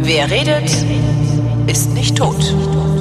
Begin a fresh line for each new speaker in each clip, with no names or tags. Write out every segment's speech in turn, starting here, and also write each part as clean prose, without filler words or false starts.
Wer redet, ist nicht tot.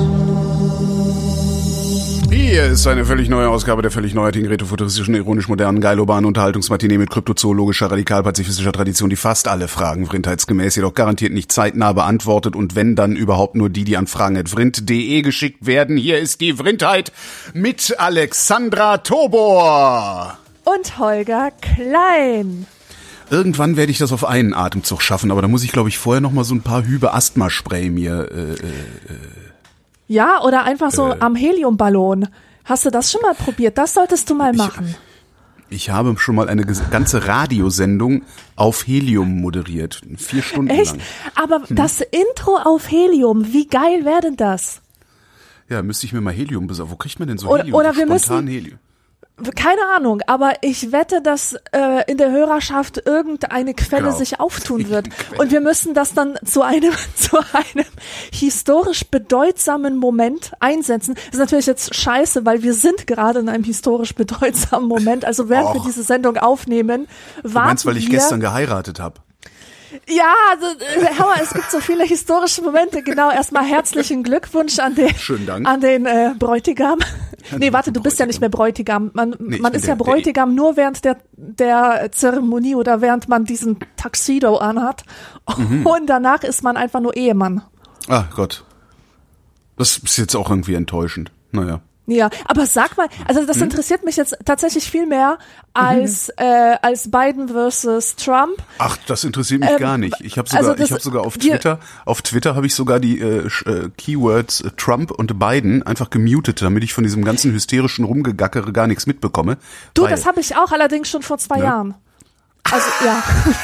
Hier ist eine völlig neue Ausgabe der völlig neuartigen, retrofuturistischen, ironisch-modernen, geil-urbanen Unterhaltungsmatinee mit kryptozoologischer, radikal-pazifistischer Tradition, die fast alle Fragen vrindheitsgemäß, jedoch garantiert nicht zeitnah beantwortet und wenn, dann überhaupt nur die an fragen@vrind.de geschickt werden. Hier ist die Vrindheit mit Alexandra Tobor.
Und Holger Klein.
Irgendwann werde ich das auf einen Atemzug schaffen, aber da muss ich, glaube ich, vorher noch mal so ein paar Hübe Asthma-Spray mir
Ja, oder einfach so am Heliumballon. Hast du das schon mal probiert? Das solltest du mal machen.
Ich habe schon mal eine ganze Radiosendung auf Helium moderiert. 4 Stunden
Echt?
lang.
Aber das Intro auf Helium, wie geil wäre denn das?
Ja, müsste ich mir mal Helium besorgen. Wo kriegt man denn so Helium?
Oder
so
wir
spontan
müssen,
Helium?
keine Ahnung, aber ich wette, dass in der Hörerschaft irgendeine Quelle
Genau.
sich auftun wird. Und wir müssen das dann zu einem historisch bedeutsamen Moment einsetzen. Das ist natürlich jetzt scheiße, weil wir sind gerade in einem historisch bedeutsamen Moment. Also während wir diese Sendung aufnehmen,
Du meinst, weil ich gestern geheiratet habe?
Ja, also, Hammer, es gibt so viele historische Momente. Genau, erstmal herzlichen Glückwunsch an den,
Schönen Dank.
an den Bräutigam. Nee, warte, du bist ja nicht mehr Bräutigam. Man ist ja Bräutigam nur während der Zeremonie oder während man diesen Tuxedo anhat. Und danach ist man einfach nur Ehemann.
Ach Gott. Das ist jetzt auch irgendwie enttäuschend. Naja.
Ja, aber sag mal, also das interessiert mich jetzt tatsächlich viel mehr als Biden versus Trump.
Ach, das interessiert mich gar nicht. Ich habe sogar auf Twitter habe ich sogar die Keywords Trump und Biden einfach gemutet, damit ich von diesem ganzen hysterischen Rumgegackere gar nichts mitbekomme.
Das habe ich auch allerdings schon vor 2 Jahren. Also, ja.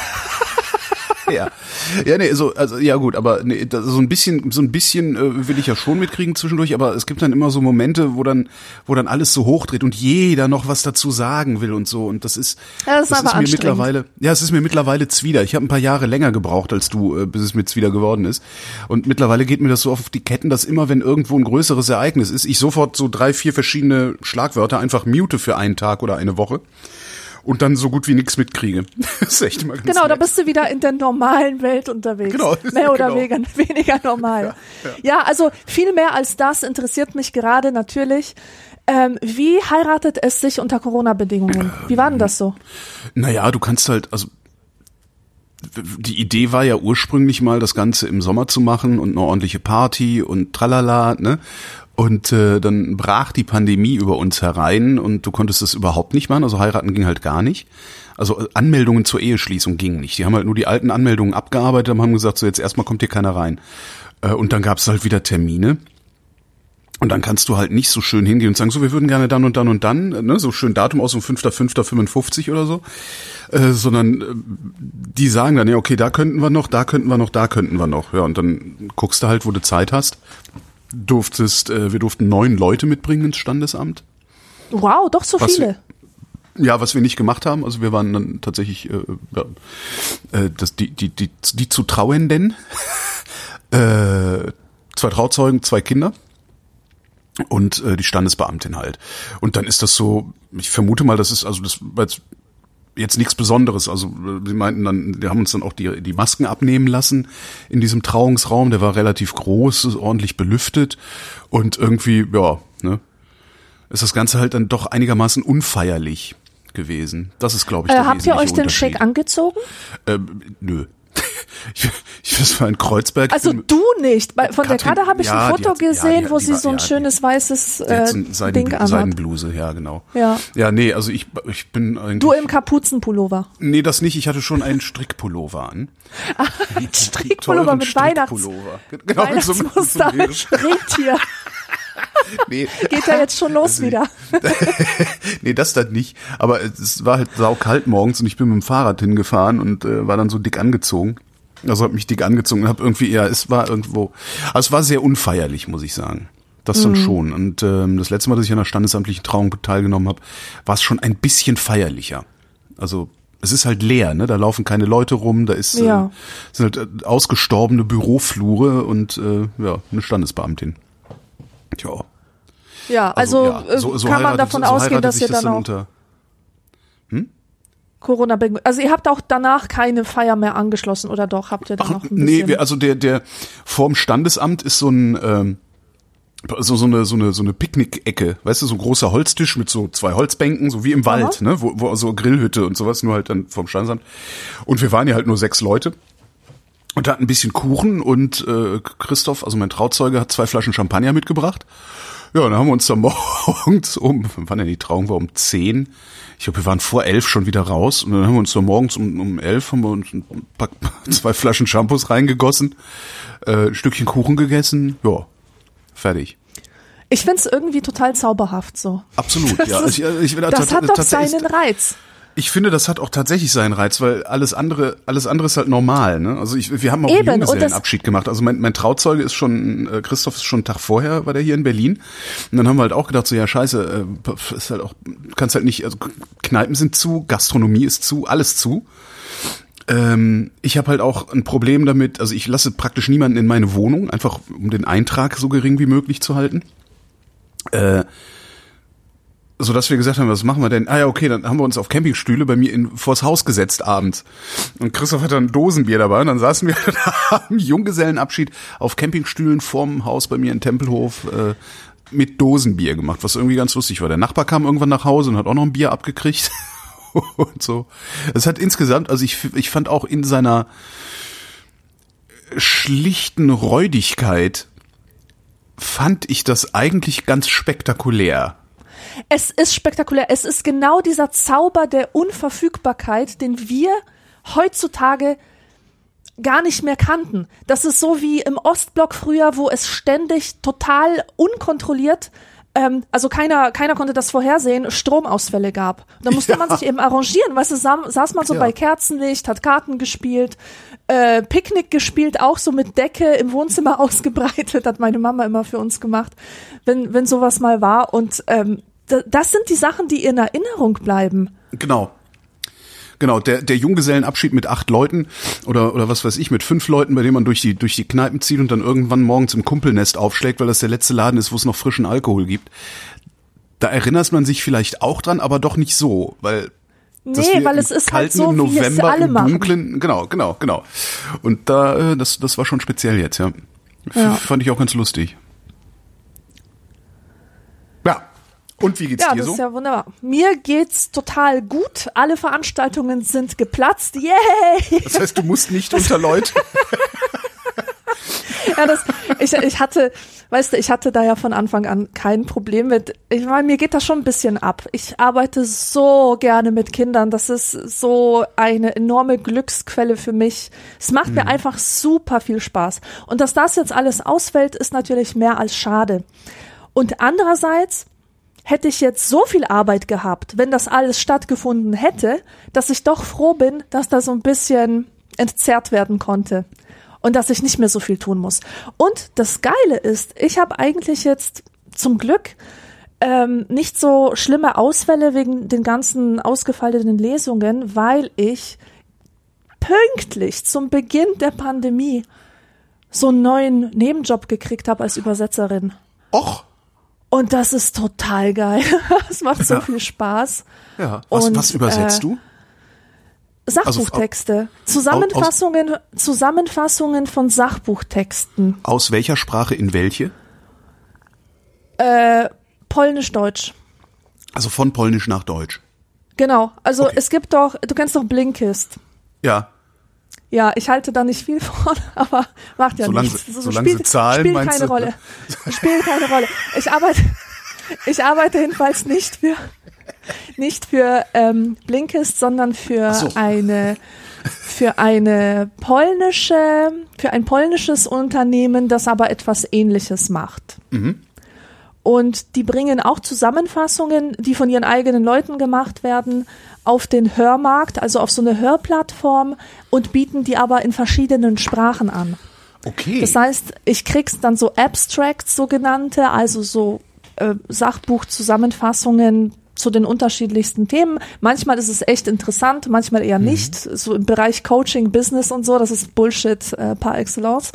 Ja, nee, ja gut, aber nee, so ein bisschen will ich ja schon mitkriegen zwischendurch, aber es gibt dann immer so Momente, wo dann alles so hochdreht und jeder noch was dazu sagen will und so und das ist mir mittlerweile zwider. Ich habe ein paar Jahre länger gebraucht als du, bis es mir zwider geworden ist und mittlerweile geht mir das so auf die Ketten, dass immer wenn irgendwo ein größeres Ereignis ist, ich sofort so 3, 4 verschiedene Schlagwörter einfach mute für einen Tag oder eine Woche. Und dann so gut wie nichts mitkriege. Das ist echt immer ganz
Genau,
nett.
da bist du wieder in der normalen Welt unterwegs.
Genau.
Mehr oder weniger normal. Ja, also viel mehr als das interessiert mich gerade natürlich. Wie heiratet es sich unter Corona-Bedingungen? Wie war denn das so?
Naja, du kannst halt, also die Idee war ja ursprünglich mal, das Ganze im Sommer zu machen und eine ordentliche Party und tralala, ne? Und dann brach die Pandemie über uns herein und du konntest das überhaupt nicht machen, also heiraten ging halt gar nicht. Also Anmeldungen zur Eheschließung gingen nicht. Die haben halt nur die alten Anmeldungen abgearbeitet und haben gesagt, so jetzt erstmal kommt hier keiner rein. Und dann gab's halt wieder Termine. Und dann kannst du halt nicht so schön hingehen und sagen, so wir würden gerne dann und dann und dann, ne, so schön Datum aus, so 5.5.55 oder so, sondern die sagen dann, ja okay, da könnten wir noch. Ja, und dann guckst du halt, wo du Zeit hast. Wir durften 9 Leute mitbringen ins Standesamt.
Wow, doch so viele.
Was wir nicht gemacht haben, also wir waren dann tatsächlich die zu Trauenden, 2 Trauzeugen, 2 Kinder und die Standesbeamtin halt. Und dann ist das so, ich vermute mal, das war jetzt nichts Besonderes. Also sie meinten dann, wir haben uns dann auch die Masken abnehmen lassen in diesem Trauungsraum. Der war relativ groß, ordentlich belüftet und irgendwie, ist das Ganze halt dann doch einigermaßen unfeierlich gewesen. Das ist, glaube ich, der
habt ihr euch denn
Unterschied.
schick angezogen?
Nö. Das war in Kreuzberg.
Also du nicht. Von der Karte habe ich ein Foto gesehen, wo sie so ein schönes weißes Ding anhat.
Seidenbluse, ja, genau.
Ja.
Ja, nee, also ich bin eigentlich...
Du im Kapuzenpullover.
Nee, das nicht. Ich hatte schon einen Strickpullover an.
Ein Strickpullover mit
Genau,
Weihnachtsmuster. Rentier.
Nee.
Geht ja jetzt schon los wieder.
Nee, das dann nicht. Aber es war halt saukalt morgens und ich bin mit dem Fahrrad hingefahren und war dann so dick angezogen. Also habe mich dick angezogen und habe irgendwie, es war sehr unfeierlich, muss ich sagen. Das dann schon. Und das letzte Mal, dass ich an einer standesamtlichen Trauung teilgenommen habe, war es schon ein bisschen feierlicher. Also es ist halt leer, ne? Da laufen keine Leute rum, da sind halt ausgestorbene Büroflure und eine Standesbeamtin. Tja.
Ja, also so kann man davon ausgehen, dass ihr dann auch... Corona-bedingt. Also ihr habt auch danach keine Feier mehr angeschlossen, oder doch? Habt ihr da noch ein bisschen?
Nee, also der vorm Standesamt ist so ein so eine Picknick-Ecke, weißt du, so ein großer Holztisch mit so 2 Holzbänken, so wie im Wald, ne, wo so Grillhütte und sowas, nur halt dann vom Standesamt. Und wir waren ja halt nur 6 Leute und hatten ein bisschen Kuchen und Christoph, also mein Trauzeuge, hat 2 Flaschen Champagner mitgebracht. Ja, und dann haben wir uns dann morgens wann denn die Trauung war, um 10. Ich glaube, wir waren vor 11 schon wieder raus und dann haben wir uns dann morgens um 11 haben wir uns 2 Flaschen Shampoos reingegossen, ein Stückchen Kuchen gegessen, ja. Fertig.
Ich find's irgendwie total zauberhaft so.
Absolut, ja.
Das hat doch seinen Reiz.
Ich finde, das hat auch tatsächlich seinen Reiz, weil alles andere ist halt normal, ne? Also wir haben auch einen Junggesellenabschied gemacht. Also mein Trauzeuge ist schon, Christoph ist schon einen Tag vorher, war der hier in Berlin. Und dann haben wir halt auch gedacht, so ja scheiße, ist halt auch, kannst halt nicht, also Kneipen sind zu, Gastronomie ist zu, alles zu. Ich habe halt auch ein Problem damit, also ich lasse praktisch niemanden in meine Wohnung, einfach um den Eintrag so gering wie möglich zu halten. So dass wir gesagt haben, was machen wir denn? Ah ja, okay, dann haben wir uns auf Campingstühle bei mir vors Haus gesetzt abends. Und Christoph hat dann ein Dosenbier dabei und dann saßen wir da am Junggesellenabschied auf Campingstühlen vorm Haus bei mir in Tempelhof mit Dosenbier gemacht, was irgendwie ganz lustig war. Der Nachbar kam irgendwann nach Hause und hat auch noch ein Bier abgekriegt. Und so. Es hat insgesamt, also ich fand auch in seiner schlichten Räudigkeit fand ich das eigentlich ganz spektakulär.
Es ist spektakulär. Es ist genau dieser Zauber der Unverfügbarkeit, den wir heutzutage gar nicht mehr kannten. Das ist so wie im Ostblock früher, wo es ständig total unkontrolliert, also keiner konnte das vorhersehen, Stromausfälle gab. Da musste man sich eben arrangieren, weißt du, saß man so bei Kerzenlicht, hat Karten gespielt, Picknick gespielt, auch so mit Decke im Wohnzimmer ausgebreitet, hat meine Mama immer für uns gemacht, wenn sowas mal war. Und das sind die Sachen, die in Erinnerung bleiben.
Genau, der Junggesellenabschied mit 8 Leuten oder was weiß ich, mit 5 Leuten, bei dem man durch die Kneipen zieht und dann irgendwann morgens im Kumpelnest aufschlägt, weil das der letzte Laden ist, wo es noch frischen Alkohol gibt. Da erinnert man sich vielleicht auch dran, aber doch nicht so, weil
weil es ist halt so,
November,
wie es alle
im
machen.
Dunklen, genau. Und da, das war schon speziell jetzt, ja. Fand ich auch ganz lustig. Ja. Und wie geht's dir so? Ja, das
ist ja wunderbar. Mir geht's total gut. Alle Veranstaltungen sind geplatzt. Yay!
Das heißt, du musst nicht unter Leute.
Ja, ich hatte da ja von Anfang an kein Problem mit. Ich meine, mir geht das schon ein bisschen ab. Ich arbeite so gerne mit Kindern. Das ist so eine enorme Glücksquelle für mich. Es macht mir einfach super viel Spaß. Und dass das jetzt alles ausfällt, ist natürlich mehr als schade. Und andererseits hätte ich jetzt so viel Arbeit gehabt, wenn das alles stattgefunden hätte, dass ich doch froh bin, dass da so ein bisschen entzerrt werden konnte und dass ich nicht mehr so viel tun muss. Und das Geile ist, ich habe eigentlich jetzt zum Glück nicht so schlimme Ausfälle wegen den ganzen ausgefallenen Lesungen, weil ich pünktlich zum Beginn der Pandemie so einen neuen Nebenjob gekriegt habe als Übersetzerin.
Och!
Und das ist total geil. Es macht so viel Spaß.
Ja. Was übersetzt du?
Sachbuchtexte. Zusammenfassungen von Sachbuchtexten.
Aus welcher Sprache in welche?
Polnisch-Deutsch.
Also von Polnisch nach Deutsch.
Genau. Also es gibt doch, du kennst doch Blinkist.
Ja.
Ja, ich halte da nicht viel von, aber macht ja nichts.
Solange sie zahlen,
spielt
meinst
keine
du?
Rolle. Spielt keine Rolle. Ich arbeite jedenfalls nicht für Blinkist, sondern für ein polnisches Unternehmen, das aber etwas Ähnliches macht. Mhm. Und die bringen auch Zusammenfassungen, die von ihren eigenen Leuten gemacht werden, auf den Hörmarkt, also auf so eine Hörplattform, und bieten die aber in verschiedenen Sprachen an.
Okay.
Das heißt, ich krieg's dann so Abstracts, sogenannte, also so Sachbuchzusammenfassungen zu den unterschiedlichsten Themen. Manchmal ist es echt interessant, manchmal eher nicht. So im Bereich Coaching, Business und so, das ist Bullshit par excellence.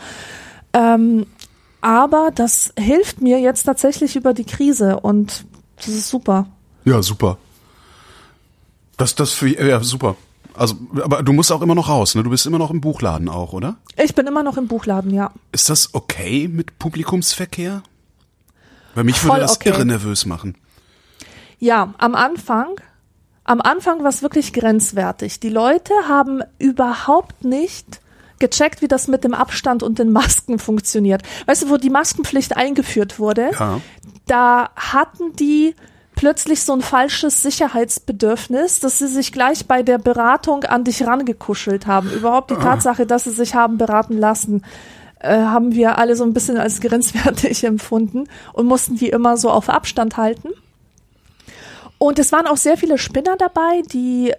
Aber das hilft mir jetzt tatsächlich über die Krise und das ist super.
Ja, super. Das für, ja, super. Also, aber du musst auch immer noch raus, ne? Du bist immer noch im Buchladen auch, oder?
Ich bin immer noch im Buchladen, ja. Ist
das okay mit Publikumsverkehr? Weil mich würde das irre nervös machen.
Ja, am Anfang war es wirklich grenzwertig. Die Leute haben überhaupt nicht gecheckt, wie das mit dem Abstand und den Masken funktioniert. Weißt du, wo die Maskenpflicht eingeführt wurde, da hatten die plötzlich so ein falsches Sicherheitsbedürfnis, dass sie sich gleich bei der Beratung an dich rangekuschelt haben. Überhaupt die Tatsache, dass sie sich haben beraten lassen, haben wir alle so ein bisschen als grenzwertig empfunden und mussten die immer so auf Abstand halten. Und es waren auch sehr viele Spinner dabei, die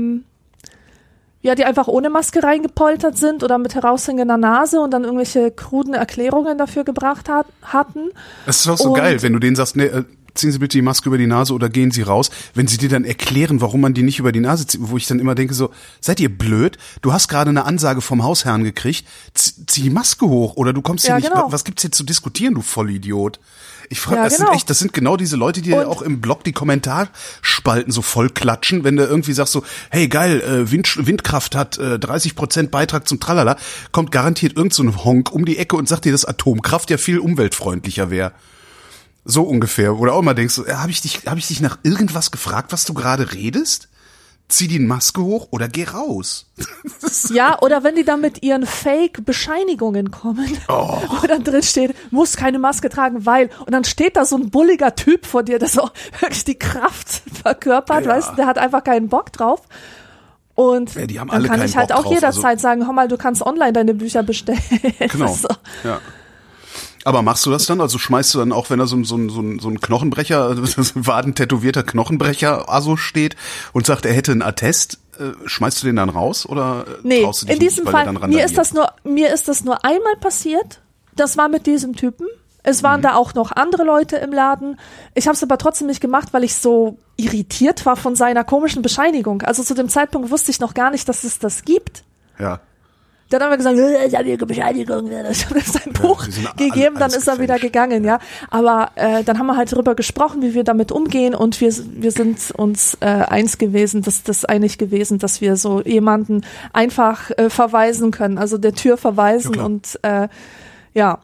die einfach ohne Maske reingepoltert sind oder mit heraushängender Nase und dann irgendwelche kruden Erklärungen dafür gebracht hatten.
Es ist auch so geil, wenn du denen sagst, nee, ziehen Sie bitte die Maske über die Nase oder gehen Sie raus, wenn sie dir dann erklären, warum man die nicht über die Nase zieht, wo ich dann immer denke so, seid ihr blöd? Du hast gerade eine Ansage vom Hausherrn gekriegt, zieh die Maske hoch oder du kommst hier nicht, was gibt's hier zu diskutieren, du Vollidiot? Ich frage, das sind genau diese Leute, die auch im Blog die Kommentarspalten so voll klatschen, wenn du irgendwie sagst so, hey geil, Windkraft hat 30% Beitrag zum Tralala, kommt garantiert irgend so ein Honk um die Ecke und sagt dir, dass Atomkraft ja viel umweltfreundlicher wäre. So ungefähr. Oder auch mal denkst du, hab ich dich nach irgendwas gefragt, was du gerade redest? Zieh die Maske hoch oder geh raus.
Ja, oder wenn die dann mit ihren Fake-Bescheinigungen kommen, wo dann drin steht, muss keine Maske tragen, weil, und dann steht da so ein bulliger Typ vor dir, der so wirklich die Kraft verkörpert, weißt du, der hat einfach keinen Bock drauf. Und
die haben
dann
alle
kann ich halt
Bock
auch
drauf,
jederzeit sagen, hör mal, du kannst online deine Bücher bestellen.
Genau, ja. Aber machst du das dann? Also schmeißt du dann auch, wenn da so ein Knochenbrecher, so ein wadentätowierter Knochenbrecher steht und sagt, er hätte einen Attest, schmeißt du den dann raus oder traust du dich
in diesem
nicht,
Fall,
dann
mir ist das nur einmal passiert. Das war mit diesem Typen. Es waren da auch noch andere Leute im Laden. Ich habe es aber trotzdem nicht gemacht, weil ich so irritiert war von seiner komischen Bescheinigung. Also zu dem Zeitpunkt wusste ich noch gar nicht, dass es das gibt.
Ja.
Dann haben wir gesagt, ich habe hier Bescheinigung, ich habe sein Buch gegeben, dann ist er wieder gegangen, ja. Aber dann haben wir halt darüber gesprochen, wie wir damit umgehen und wir sind uns einig gewesen, dass wir so jemanden einfach verweisen können, also der Tür verweisen und ja.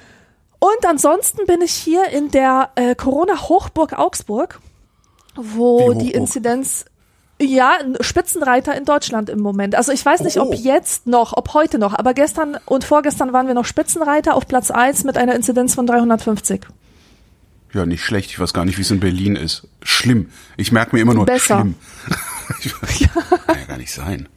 Und ansonsten bin ich hier in der Corona-Hochburg Augsburg, wo die Inzidenz Spitzenreiter in Deutschland im Moment. Also ich weiß nicht, ob heute noch, aber gestern und vorgestern waren wir noch Spitzenreiter auf Platz 1 mit einer Inzidenz von 350.
Ja, nicht schlecht. Ich weiß gar nicht, wie es in Berlin ist. Schlimm. Ich merke mir immer nur schlimm. Kann ja gar nicht sein.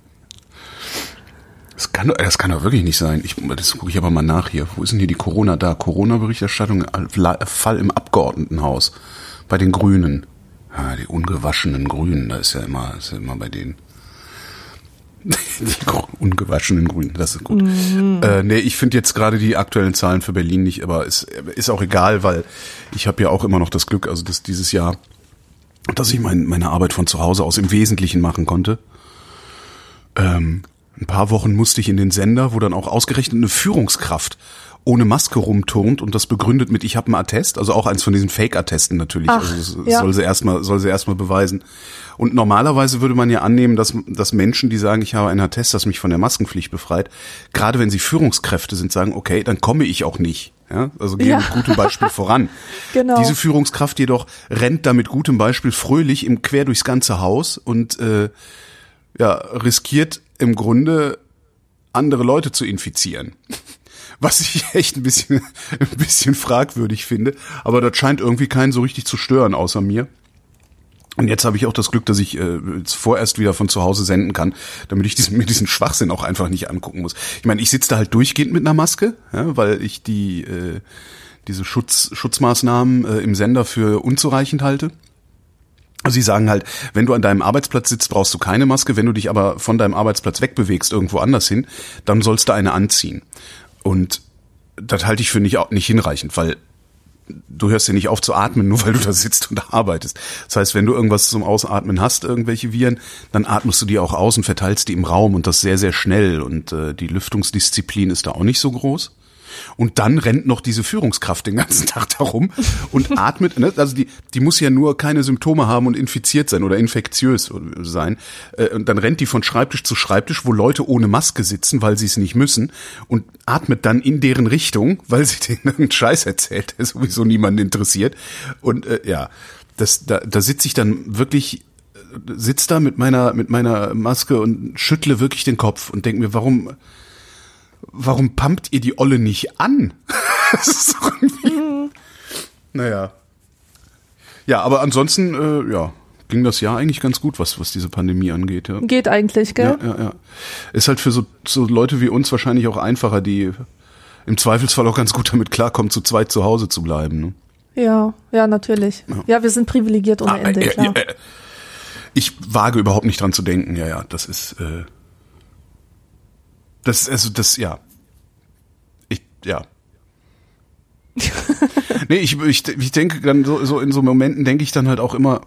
Das kann doch wirklich nicht sein. Das gucke ich aber mal nach hier. Wo ist denn hier die Corona-Berichterstattung? Fall im Abgeordnetenhaus. Bei den Grünen. Die ungewaschenen Grünen, ist ja immer bei denen. Die ungewaschenen Grünen, das ist gut. Ich finde jetzt gerade die aktuellen Zahlen für Berlin nicht, aber ist auch egal, weil ich habe ja auch immer noch das Glück, also dass dieses Jahr, dass ich meine Arbeit von zu Hause aus im Wesentlichen machen konnte. Ein paar Wochen musste ich in den Sender, wo dann auch ausgerechnet eine Führungskraft ohne Maske rumturnt und das begründet mit, ich habe einen Attest, also auch eins von diesen Fake-Attesten natürlich. Soll sie erstmal beweisen. Und normalerweise würde man ja annehmen, dass Menschen, die sagen, ich habe einen Attest, das mich von der Maskenpflicht befreit, gerade wenn sie Führungskräfte sind, sagen, okay, dann komme ich auch nicht. Ja, also gehen mit gutem Beispiel voran.
Genau.
Diese Führungskraft jedoch rennt da mit gutem Beispiel fröhlich quer durchs ganze Haus und riskiert im Grunde andere Leute zu infizieren. Was ich echt ein bisschen fragwürdig finde. Aber das scheint irgendwie keinen so richtig zu stören, außer mir. Und jetzt habe ich auch das Glück, dass ich jetzt vorerst wieder von zu Hause senden kann, damit ich mir diesen Schwachsinn auch einfach nicht angucken muss. Ich meine, ich sitze da halt durchgehend mit einer Maske, ja, weil ich diese Schutzmaßnahmen im Sender für unzureichend halte. Also sie sagen halt, wenn du an deinem Arbeitsplatz sitzt, brauchst du keine Maske. Wenn du dich aber von deinem Arbeitsplatz wegbewegst, irgendwo anders hin, dann sollst du eine anziehen. Und das halte ich für nicht hinreichend, weil du hörst ja nicht auf zu atmen, nur weil du da sitzt und arbeitest. Das heißt, wenn du irgendwas zum Ausatmen hast, irgendwelche Viren, dann atmest du die auch aus und verteilst die im Raum und das sehr, sehr schnell. Und die Lüftungsdisziplin ist da auch nicht so groß. Und dann rennt noch diese Führungskraft den ganzen Tag darum und atmet, ne? Also die muss ja nur keine Symptome haben und infiziert sein oder infektiös sein. Und dann rennt die von Schreibtisch zu Schreibtisch, wo Leute ohne Maske sitzen, weil sie es nicht müssen, und atmet dann in deren Richtung, weil sie denen irgendeinen Scheiß erzählt, der sowieso niemanden interessiert. Und da sitze ich dann wirklich, sitz da mit meiner Maske und schüttle wirklich den Kopf und denke mir, warum pumpt ihr die Olle nicht an? Das ist so irgendwie, naja. Ja, aber ansonsten, ging das Jahr eigentlich ganz gut, was diese Pandemie angeht. Ja.
Geht eigentlich, gell?
Ja. Ist halt für so Leute wie uns wahrscheinlich auch einfacher, die im Zweifelsfall auch ganz gut damit klarkommen, zu zweit zu Hause zu bleiben. Ne?
Ja, natürlich. Ja, wir sind privilegiert ohne Ende, klar.
Ich wage überhaupt nicht dran zu denken, das ist, Nee, ich denke dann so in so Momenten denke ich dann halt auch immer,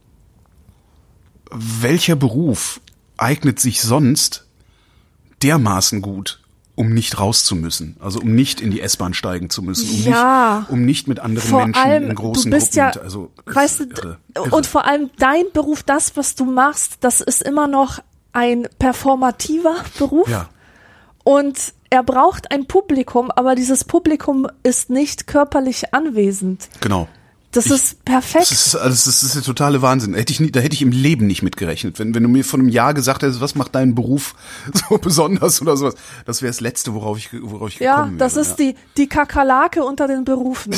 welcher Beruf eignet sich sonst dermaßen gut, um nicht raus zu müssen, also um nicht in die S-Bahn steigen zu müssen, um nicht mit anderen Menschen in großen Gruppen,
weißt du, irre. Und vor allem dein Beruf, das, was du machst, das ist immer noch ein performativer Beruf. Ja. Und er braucht ein Publikum, aber dieses Publikum ist nicht körperlich anwesend.
Genau.
Das ist perfekt.
Das ist der totale Wahnsinn. Da hätte ich im Leben nicht mitgerechnet. Wenn du mir vor einem Jahr gesagt hättest, was macht deinen Beruf so besonders oder sowas, das wäre das Letzte, worauf ich gekommen wäre.
Ja, das ist die Kakerlake unter den Berufen.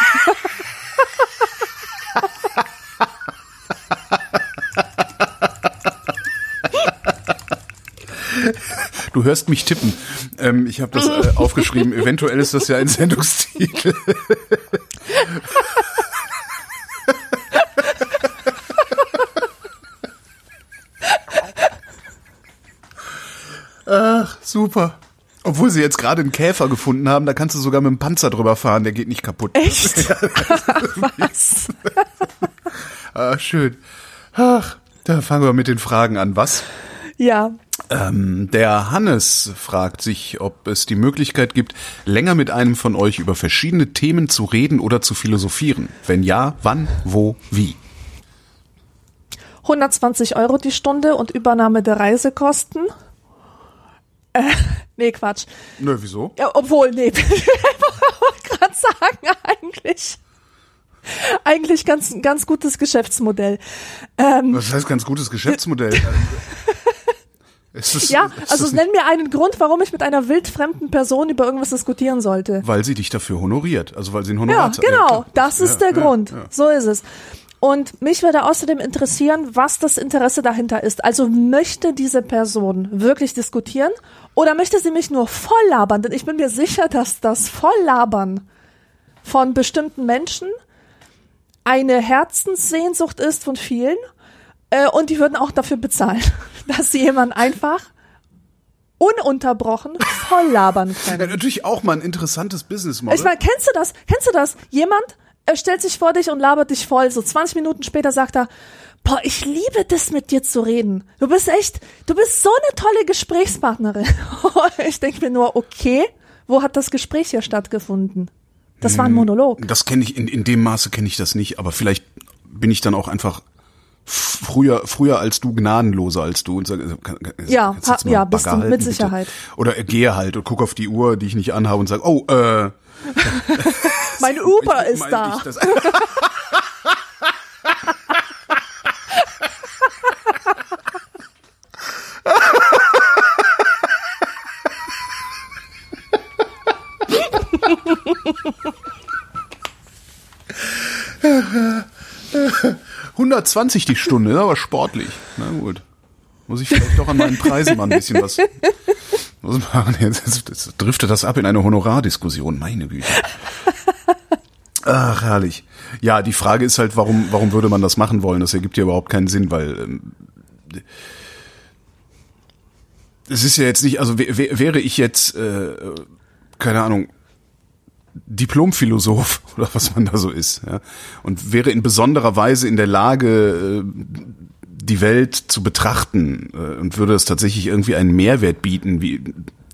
Du hörst mich tippen. Ich habe das aufgeschrieben. Eventuell ist das ja ein Sendungstitel. Ach, super. Obwohl sie jetzt gerade einen Käfer gefunden haben, da kannst du sogar mit dem Panzer drüber fahren, der geht nicht kaputt.
Echt? Was?
Schön. Ach, da fangen wir mit den Fragen an. Was?
Ja.
Der Hannes fragt sich, ob es die Möglichkeit gibt, länger mit einem von euch über verschiedene Themen zu reden oder zu philosophieren. Wenn ja, wann, wo, wie?
120 € die Stunde und Übernahme der Reisekosten. Nee, Quatsch.
Nö, wieso?
Ja, obwohl, nee. Ich wollte gerade sagen, eigentlich ganz gutes Geschäftsmodell.
Was heißt ganz gutes Geschäftsmodell?
Nenn mir einen Grund, warum ich mit einer wildfremden Person über irgendwas diskutieren sollte.
Weil sie dich dafür honoriert, also weil sie ein Honorar
zahlt. Ja, genau, das ist der Grund. Ja. So ist es. Und mich würde außerdem interessieren, was das Interesse dahinter ist. Also möchte diese Person wirklich diskutieren oder möchte sie mich nur volllabern? Denn ich bin mir sicher, dass das Volllabern von bestimmten Menschen eine Herzenssehnsucht ist von vielen. Und die würden auch dafür bezahlen, dass sie jemanden einfach ununterbrochen volllabern können.
Ja, natürlich auch mal ein interessantes Businessmodell.
Ich meine, kennst du das? Jemand stellt sich vor dich und labert dich voll. So 20 Minuten später sagt er, boah, ich liebe das, mit dir zu reden. Du bist so eine tolle Gesprächspartnerin. Ich denke mir nur, okay, wo hat das Gespräch hier stattgefunden? Das war ein Monolog.
Das kenne ich, in dem Maße kenne ich das nicht, aber vielleicht bin ich dann auch einfach früher als du, gnadenloser als du und sage,
bist du mit Sicherheit.
Bitte. Oder gehe halt und guck auf die Uhr, die ich nicht anhabe und sage,
mein Uber ist da.
$120 die Stunde, aber sportlich. Na gut. Muss ich vielleicht doch an meinen Preisen mal ein bisschen was machen. Jetzt driftet das ab in eine Honorardiskussion, meine Güte. Ach, herrlich. Ja, die Frage ist halt, warum würde man das machen wollen? Das ergibt ja überhaupt keinen Sinn, weil es ist ja jetzt nicht, also wäre ich jetzt, keine Ahnung, Diplomphilosoph oder was man da so ist, ja, und wäre in besonderer Weise in der Lage, die Welt zu betrachten und würde es tatsächlich irgendwie einen Mehrwert bieten, wie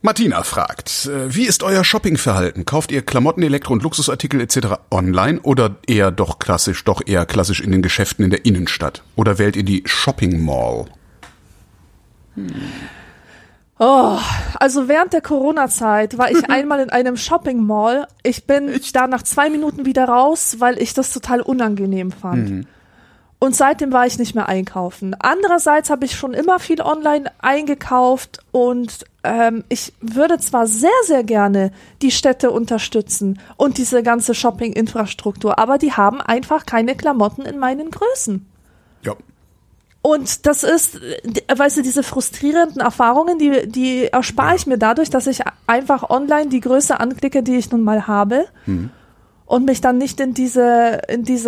Martina fragt, wie ist euer Shoppingverhalten? Kauft ihr Klamotten, Elektro- und Luxusartikel etc. online oder eher klassisch in den Geschäften in der Innenstadt? Oder wählt ihr die Shopping Mall?
Oh, also während der Corona-Zeit war ich einmal in einem Shopping Mall. Ich bin da nach 2 Minuten wieder raus, weil ich das total unangenehm fand. Und seitdem war ich nicht mehr einkaufen. Andererseits habe ich schon immer viel online eingekauft und ich würde zwar sehr, sehr gerne die Städte unterstützen und diese ganze Shopping-Infrastruktur, aber die haben einfach keine Klamotten in meinen Größen.
Ja.
Und das ist, weißt du, diese frustrierenden Erfahrungen, die erspare ich mir dadurch, dass ich einfach online die Größe anklicke, die ich nun mal habe. Und mich dann nicht in diese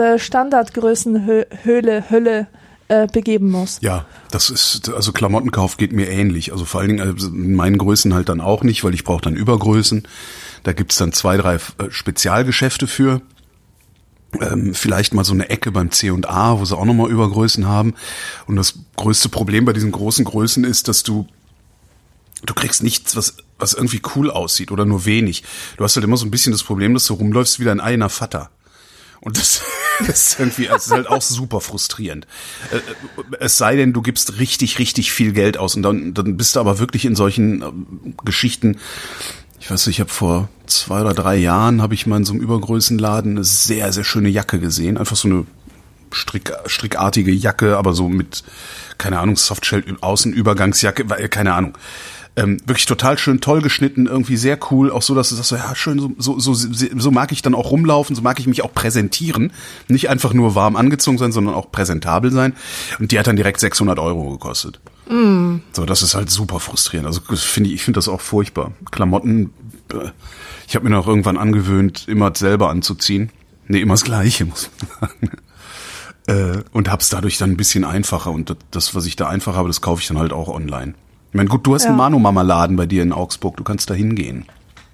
Standardgrößenhölle begeben muss.
Ja, das ist, also Klamottenkauf geht mir ähnlich. Also vor allen Dingen in meinen Größen halt dann auch nicht, weil ich brauche dann Übergrößen. Da gibt's dann 2, 3 Spezialgeschäfte für. Vielleicht mal so eine Ecke beim C&A, wo sie auch nochmal Übergrößen haben. Und das größte Problem bei diesen großen Größen ist, dass du kriegst nichts, was irgendwie cool aussieht oder nur wenig. Du hast halt immer so ein bisschen das Problem, dass du rumläufst wie dein eigener Vater. Und das ist irgendwie, das ist halt auch super frustrierend. Es sei denn, du gibst richtig, richtig viel Geld aus und dann bist du aber wirklich in solchen Geschichten. Ich weiß nicht, ich habe vor 2 oder 3 Jahren habe ich mal in so einem Übergrößenladen eine sehr, sehr schöne Jacke gesehen. Einfach so eine strickartige Jacke, aber so mit, keine Ahnung, Softshell-Außenübergangsjacke, keine Ahnung. Wirklich total schön, toll geschnitten, irgendwie sehr cool, auch so, dass du sagst, so, ja, schön, so mag ich dann auch rumlaufen, so mag ich mich auch präsentieren, nicht einfach nur warm angezogen sein, sondern auch präsentabel sein. Und die hat dann direkt 600 € gekostet. So, das ist halt super frustrierend. Also ich finde das auch furchtbar. Klamotten, ich habe mir noch irgendwann angewöhnt, immer selber anzuziehen. Nee, immer das Gleiche, muss man sagen. Und hab's dadurch dann ein bisschen einfacher. Und das, was ich da einfach habe, das kaufe ich dann halt auch online. Ich meine, gut, du hast einen Mano-Mama-Laden bei dir in Augsburg, du kannst da hingehen.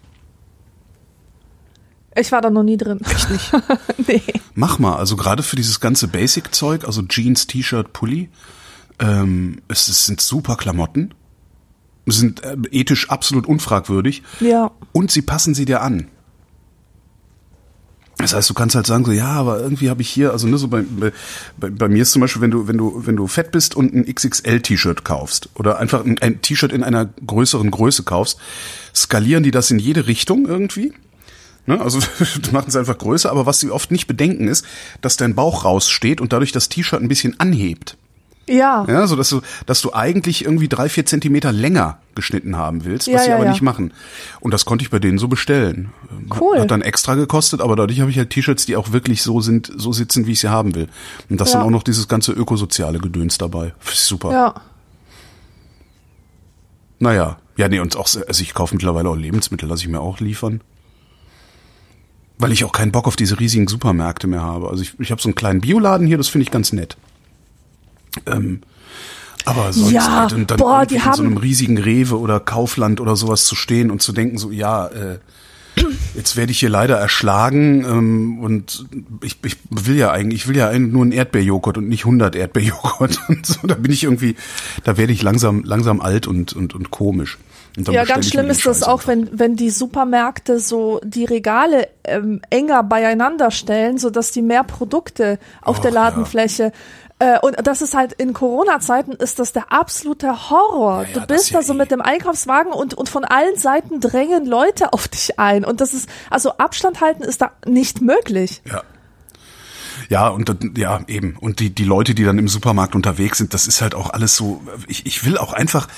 Ich war da noch nie drin.
Echt nicht?
Nee.
Mach mal, also gerade für dieses ganze Basic-Zeug, also Jeans, T-Shirt, Pulli, es sind super Klamotten, sind ethisch absolut unfragwürdig und sie passen sie dir an. Das heißt, du kannst halt sagen so, ja, aber irgendwie habe ich hier, also ne, so bei mir ist zum Beispiel, wenn du fett bist und ein XXL-T-Shirt kaufst oder einfach ein T-Shirt in einer größeren Größe kaufst, skalieren die das in jede Richtung irgendwie. Ne? Also machen es einfach größer, aber was sie oft nicht bedenken ist, dass dein Bauch raussteht und dadurch das T-Shirt ein bisschen anhebt. Ja, so dass du eigentlich irgendwie 3-4 Zentimeter länger geschnitten haben willst, was sie aber nicht machen. Und das konnte ich bei denen so bestellen.
Cool.
Hat dann extra gekostet, aber dadurch habe ich halt T-Shirts, die auch wirklich so sitzen, wie ich sie haben will. Und das dann auch noch dieses ganze ökosoziale Gedöns dabei. Super.
Ja.
Naja, und auch, also ich kaufe mittlerweile auch Lebensmittel, lasse ich mir auch liefern. Weil ich auch keinen Bock auf diese riesigen Supermärkte mehr habe. Also ich habe so einen kleinen Bioladen hier, das finde ich ganz nett. Aber sonst halt und dann in so einem riesigen Rewe oder Kaufland oder sowas zu stehen und zu denken so, jetzt werde ich hier leider erschlagen und ich will ja eigentlich nur einen Erdbeerjoghurt und nicht 100 Erdbeerjoghurt und so. Da werde ich langsam alt und komisch.
Ja, ganz schlimm ist das auch, wenn die Supermärkte so die Regale enger beieinander stellen, so dass die mehr Produkte auf der Ladenfläche und das ist halt in Corona-Zeiten ist das der absolute Horror. Du bist da so mit dem Einkaufswagen und von allen Seiten drängen Leute auf dich ein. Und das ist, also Abstand halten ist da nicht möglich.
Ja. Ja, eben. Und die Leute, die dann im Supermarkt unterwegs sind, das ist halt auch alles so, ich will auch einfach,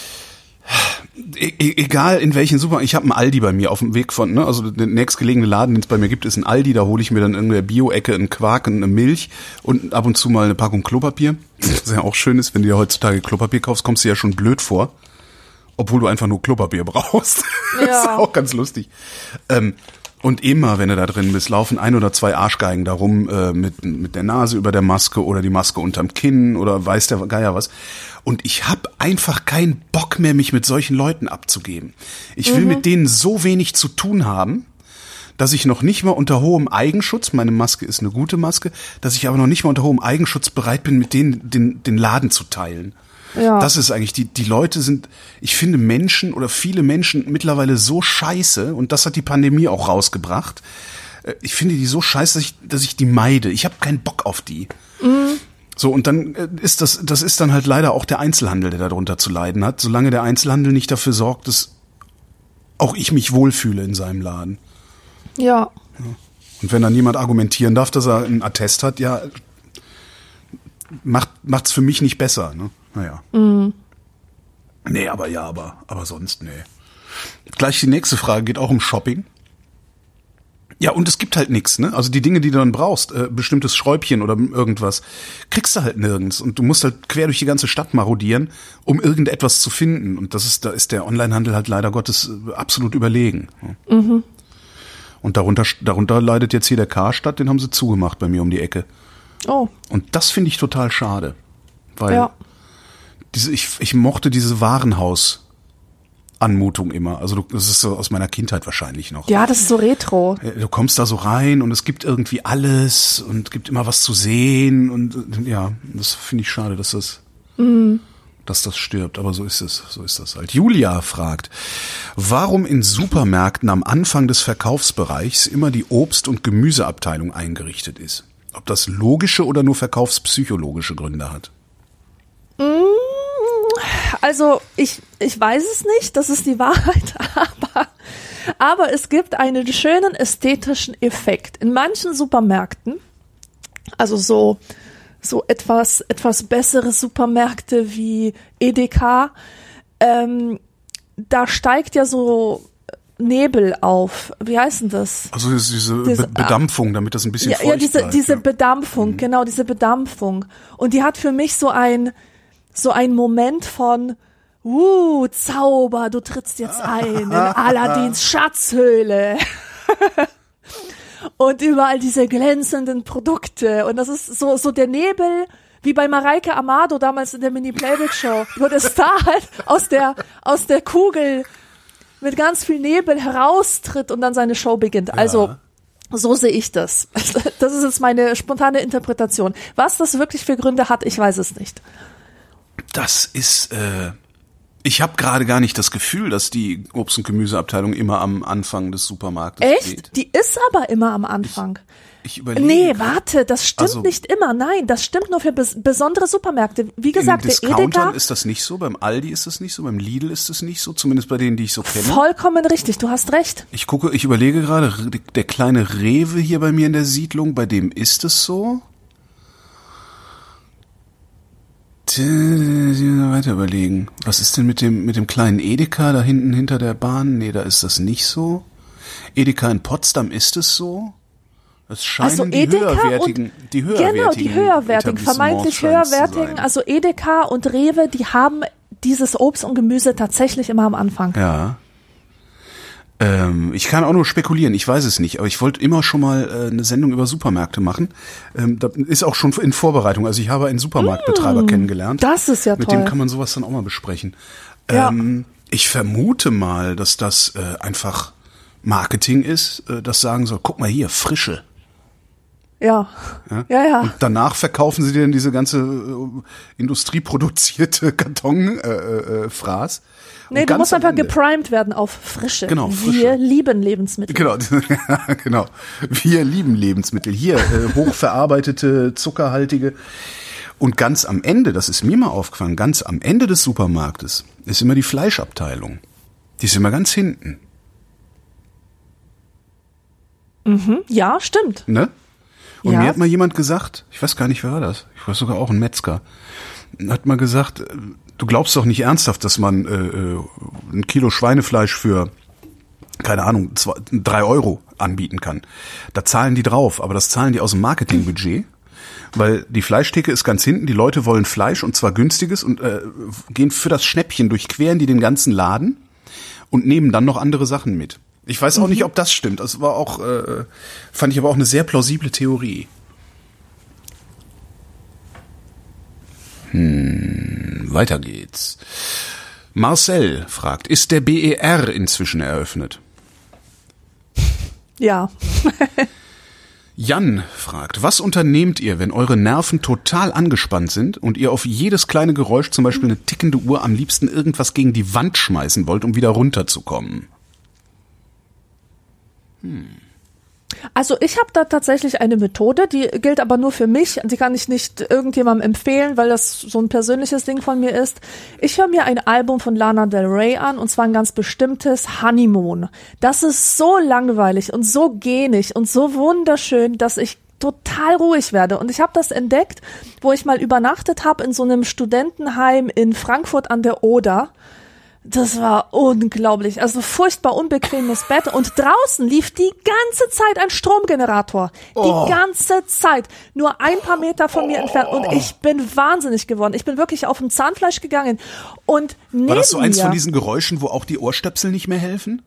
egal in welchen Supermarkt, ich habe einen Aldi bei mir auf dem Weg von, ne, also der nächstgelegene Laden, den es bei mir gibt, ist ein Aldi, da hole ich mir dann in der Bio-Ecke einen Quark, eine Milch und ab und zu mal eine Packung Klopapier. Was ja auch schön ist, wenn du dir heutzutage Klopapier kaufst, kommst du ja schon blöd vor, obwohl du einfach nur Klopapier brauchst. Ja. Das ist auch ganz lustig. Und immer, wenn du da drin bist, laufen 1 oder 2 Arschgeigen da rum mit der Nase über der Maske oder die Maske unterm Kinn oder weiß der Geier was. Und ich habe einfach keinen Bock mehr, mich mit solchen Leuten abzugeben. Ich will mit denen so wenig zu tun haben, dass ich noch nicht mal unter hohem Eigenschutz, meine Maske ist eine gute Maske, dass ich aber noch nicht mal unter hohem Eigenschutz bereit bin, mit denen den Laden zu teilen.
Ja.
Das ist eigentlich, die Leute sind, ich finde Menschen oder viele Menschen mittlerweile so scheiße, und das hat die Pandemie auch rausgebracht. Ich finde die so scheiße, dass ich die meide. Ich habe keinen Bock auf die. So, und dann ist das ist dann halt leider auch der Einzelhandel, der darunter zu leiden hat, solange der Einzelhandel nicht dafür sorgt, dass auch ich mich wohlfühle in seinem Laden.
Ja.
Und wenn dann jemand argumentieren darf, dass er einen Attest hat, ja, macht's für mich nicht besser, ne? Naja. Nee, aber sonst, nee. Gleich die nächste Frage geht auch um Shopping. Ja, und es gibt halt nichts, ne? Also die Dinge, die du dann brauchst, bestimmtes Schräubchen oder irgendwas, kriegst du halt nirgends. Und du musst halt quer durch die ganze Stadt marodieren, um irgendetwas zu finden. Und da ist der Onlinehandel halt leider Gottes absolut überlegen. Mhm. Und darunter leidet jetzt hier der Karstadt, den haben sie zugemacht bei mir um die Ecke. Oh. Und das finde ich total schade. Weil ich mochte diese Warenhaus-Anmutung immer. Also das ist so aus meiner Kindheit wahrscheinlich noch.
Ja, das ist so retro.
Du kommst da so rein und es gibt irgendwie alles und gibt immer was zu sehen. Und ja, das finde ich schade, dass das stirbt. Aber so ist das halt. Julia fragt, warum in Supermärkten am Anfang des Verkaufsbereichs immer die Obst- und Gemüseabteilung eingerichtet ist. Ob das logische oder nur verkaufspsychologische Gründe hat?
Also ich weiß es nicht, das ist die Wahrheit, aber es gibt einen schönen ästhetischen Effekt. In manchen Supermärkten, also so etwas bessere Supermärkte wie Edeka, da steigt ja so Nebel auf. Wie heißt denn das?
Also diese Bedampfung, damit das ein bisschen feucht bleibt.
Diese Bedampfung, genau, diese Bedampfung. Und die hat für mich so ein Moment von Zauber, du trittst jetzt ein in Aladins Schatzhöhle. Und überall diese glänzenden Produkte. Und das ist so der Nebel, wie bei Mareike Amado damals in der Mini-Playback-Show, wo der Star halt aus der Kugel mit ganz viel Nebel heraustritt und dann seine Show beginnt. Also, so sehe ich das. Das ist jetzt meine spontane Interpretation. Was das wirklich für Gründe hat, ich weiß es nicht.
Das ist, ich habe gerade gar nicht das Gefühl, dass die Obst- und Gemüseabteilung immer am Anfang des Supermarktes steht.
Echt? Die ist aber immer am Anfang.
Ich überlege.
Nee, warte, das stimmt nicht immer. Nein, das stimmt nur für besondere Supermärkte. Wie gesagt,
der
Edeka.
Discountern ist das nicht so, beim Aldi ist das nicht so, beim Lidl ist das nicht so, zumindest bei denen, die ich so kenne.
Vollkommen richtig, du hast recht.
Ich überlege gerade, der kleine Rewe hier bei mir in der Siedlung, bei dem ist es so. Weiter überlegen. Was ist denn mit dem kleinen Edeka da hinten hinter der Bahn? Nee, da ist das nicht so. Edeka in Potsdam ist es so. Es scheinen
also Edeka
die höherwertigen,
vermeintlich höherwertigen, also Edeka und Rewe, die haben dieses Obst und Gemüse tatsächlich immer am Anfang.
Ja. Ich kann auch nur spekulieren, ich weiß es nicht, aber ich wollte immer schon mal eine Sendung über Supermärkte machen. Da ist auch schon in Vorbereitung, also ich habe einen Supermarktbetreiber kennengelernt.
Das ist ja toll.
Mit dem kann man sowas dann auch mal besprechen.
Ja.
Ich vermute mal, dass das einfach Marketing ist, das sagen soll, guck mal hier, Frische.
Ja.
Und danach verkaufen sie dir dann diese ganze industrieproduzierte Kartonfraß.
Nee, du musst einfach geprimed werden auf Frische.
Genau, Frische.
Wir lieben Lebensmittel.
Genau. Wir lieben Lebensmittel. Hier, hochverarbeitete, zuckerhaltige. Und ganz am Ende, das ist mir mal aufgefallen, ganz am Ende des Supermarktes ist immer die Fleischabteilung. Die ist immer ganz hinten.
Mhm, ja, stimmt.
Ne? Und mir hat mal jemand gesagt, ich weiß gar nicht, wer war das? Ich weiß sogar auch ein Metzger. Hat mal gesagt, du glaubst doch nicht ernsthaft, dass man ein Kilo Schweinefleisch für, keine Ahnung, 3 Euro anbieten kann. Da zahlen die drauf, aber das zahlen die aus dem Marketingbudget, weil die Fleischtheke ist ganz hinten, die Leute wollen Fleisch und zwar günstiges und gehen für das Schnäppchen, durchqueren die den ganzen Laden und nehmen dann noch andere Sachen mit. Ich weiß auch nicht, ob das stimmt. Das war auch, fand ich aber auch eine sehr plausible Theorie. Weiter geht's. Marcel fragt, ist der BER inzwischen eröffnet?
Ja.
Jan fragt, was unternehmt ihr, wenn eure Nerven total angespannt sind und ihr auf jedes kleine Geräusch, zum Beispiel eine tickende Uhr, am liebsten irgendwas gegen die Wand schmeißen wollt, um wieder runterzukommen?
Also ich habe da tatsächlich eine Methode, die gilt aber nur für mich. Die kann ich nicht irgendjemandem empfehlen, weil das so ein persönliches Ding von mir ist. Ich höre mir ein Album von Lana Del Rey an, und zwar ein ganz bestimmtes, Honeymoon. Das ist so langweilig und so gähnig und so wunderschön, dass ich total ruhig werde. Und ich habe das entdeckt, wo ich mal übernachtet habe in so einem Studentenheim in Frankfurt an der Oder. Das war unglaublich, also furchtbar unbequemes Bett, und draußen lief die ganze Zeit ein Stromgenerator, die ganze Zeit, nur ein paar Meter von mir entfernt, und ich bin wahnsinnig geworden. Ich bin wirklich auf dem Zahnfleisch gegangen, und neben
War das so eins
mir,
von diesen Geräuschen, wo auch die Ohrstöpsel nicht mehr helfen?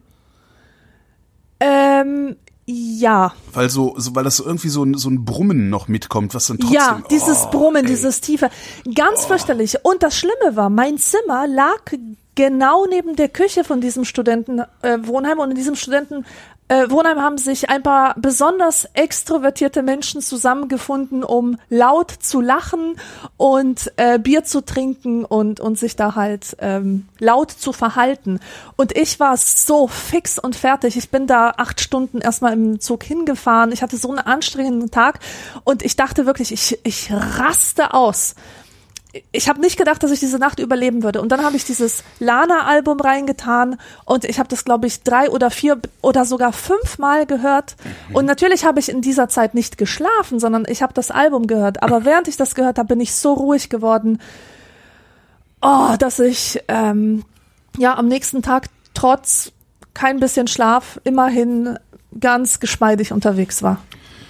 Ja.
Weil das so irgendwie so ein Brummen noch mitkommt, was dann trotzdem...
Ja, dieses Brummen, dieses Tiefe, ganz fürchterlich. Und das Schlimme war, mein Zimmer lag genau neben der Küche von diesem Studentenwohnheim, und in diesem Studentenwohnheim haben sich ein paar besonders extrovertierte Menschen zusammengefunden, um laut zu lachen und Bier zu trinken und sich da halt laut zu verhalten. Und ich war so fix und fertig. Ich bin da 8 Stunden erstmal im Zug hingefahren. Ich hatte so einen anstrengenden Tag, und ich dachte wirklich, ich raste aus. Ich habe nicht gedacht, dass ich diese Nacht überleben würde. Und dann habe ich dieses Lana-Album reingetan, und ich habe das, glaube ich, 3 oder 4 oder sogar 5 Mal gehört. Und natürlich habe ich in dieser Zeit nicht geschlafen, sondern ich habe das Album gehört. Aber während ich das gehört habe, bin ich so ruhig geworden, dass ich am nächsten Tag trotz kein bisschen Schlaf immerhin ganz geschmeidig unterwegs war.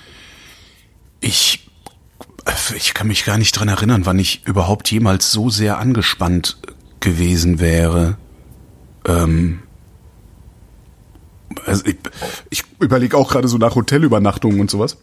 Ich kann mich gar nicht dran erinnern, wann ich überhaupt jemals so sehr angespannt gewesen wäre. Also ich überlege auch gerade so nach Hotelübernachtungen und sowas.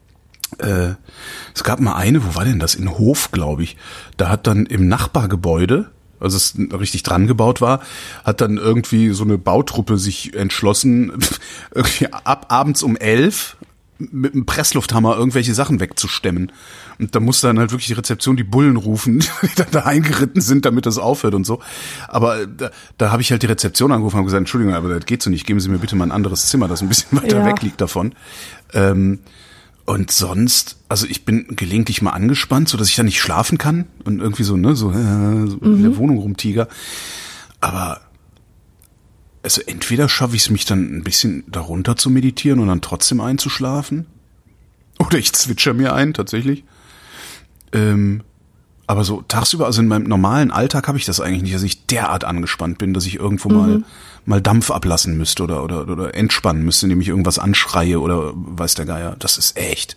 Es gab mal eine, wo war denn das? In Hof, glaube ich. Da hat dann im Nachbargebäude, also es richtig dran gebaut war, hat dann irgendwie so eine Bautruppe sich entschlossen, irgendwie ab abends um 11 mit einem Presslufthammer irgendwelche Sachen wegzustemmen. Und da musste dann halt wirklich die Rezeption die Bullen rufen, die dann da eingeritten sind, damit das aufhört und so. Aber da habe ich halt die Rezeption angerufen und gesagt, Entschuldigung, aber das geht so nicht, geben Sie mir bitte mal ein anderes Zimmer, das ein bisschen weiter weg liegt davon. Und sonst, also ich bin gelegentlich mal angespannt, so dass ich dann nicht schlafen kann und irgendwie so in der Wohnung rumtiger. Aber also entweder schaffe ich es, mich dann ein bisschen darunter zu meditieren und dann trotzdem einzuschlafen. Oder ich zwitscher mir ein, tatsächlich. Aber so tagsüber, also in meinem normalen Alltag habe ich das eigentlich nicht, dass ich derart angespannt bin, dass ich irgendwo mal Dampf ablassen müsste oder entspannen müsste, indem ich irgendwas anschreie oder weiß der Geier. Das ist echt.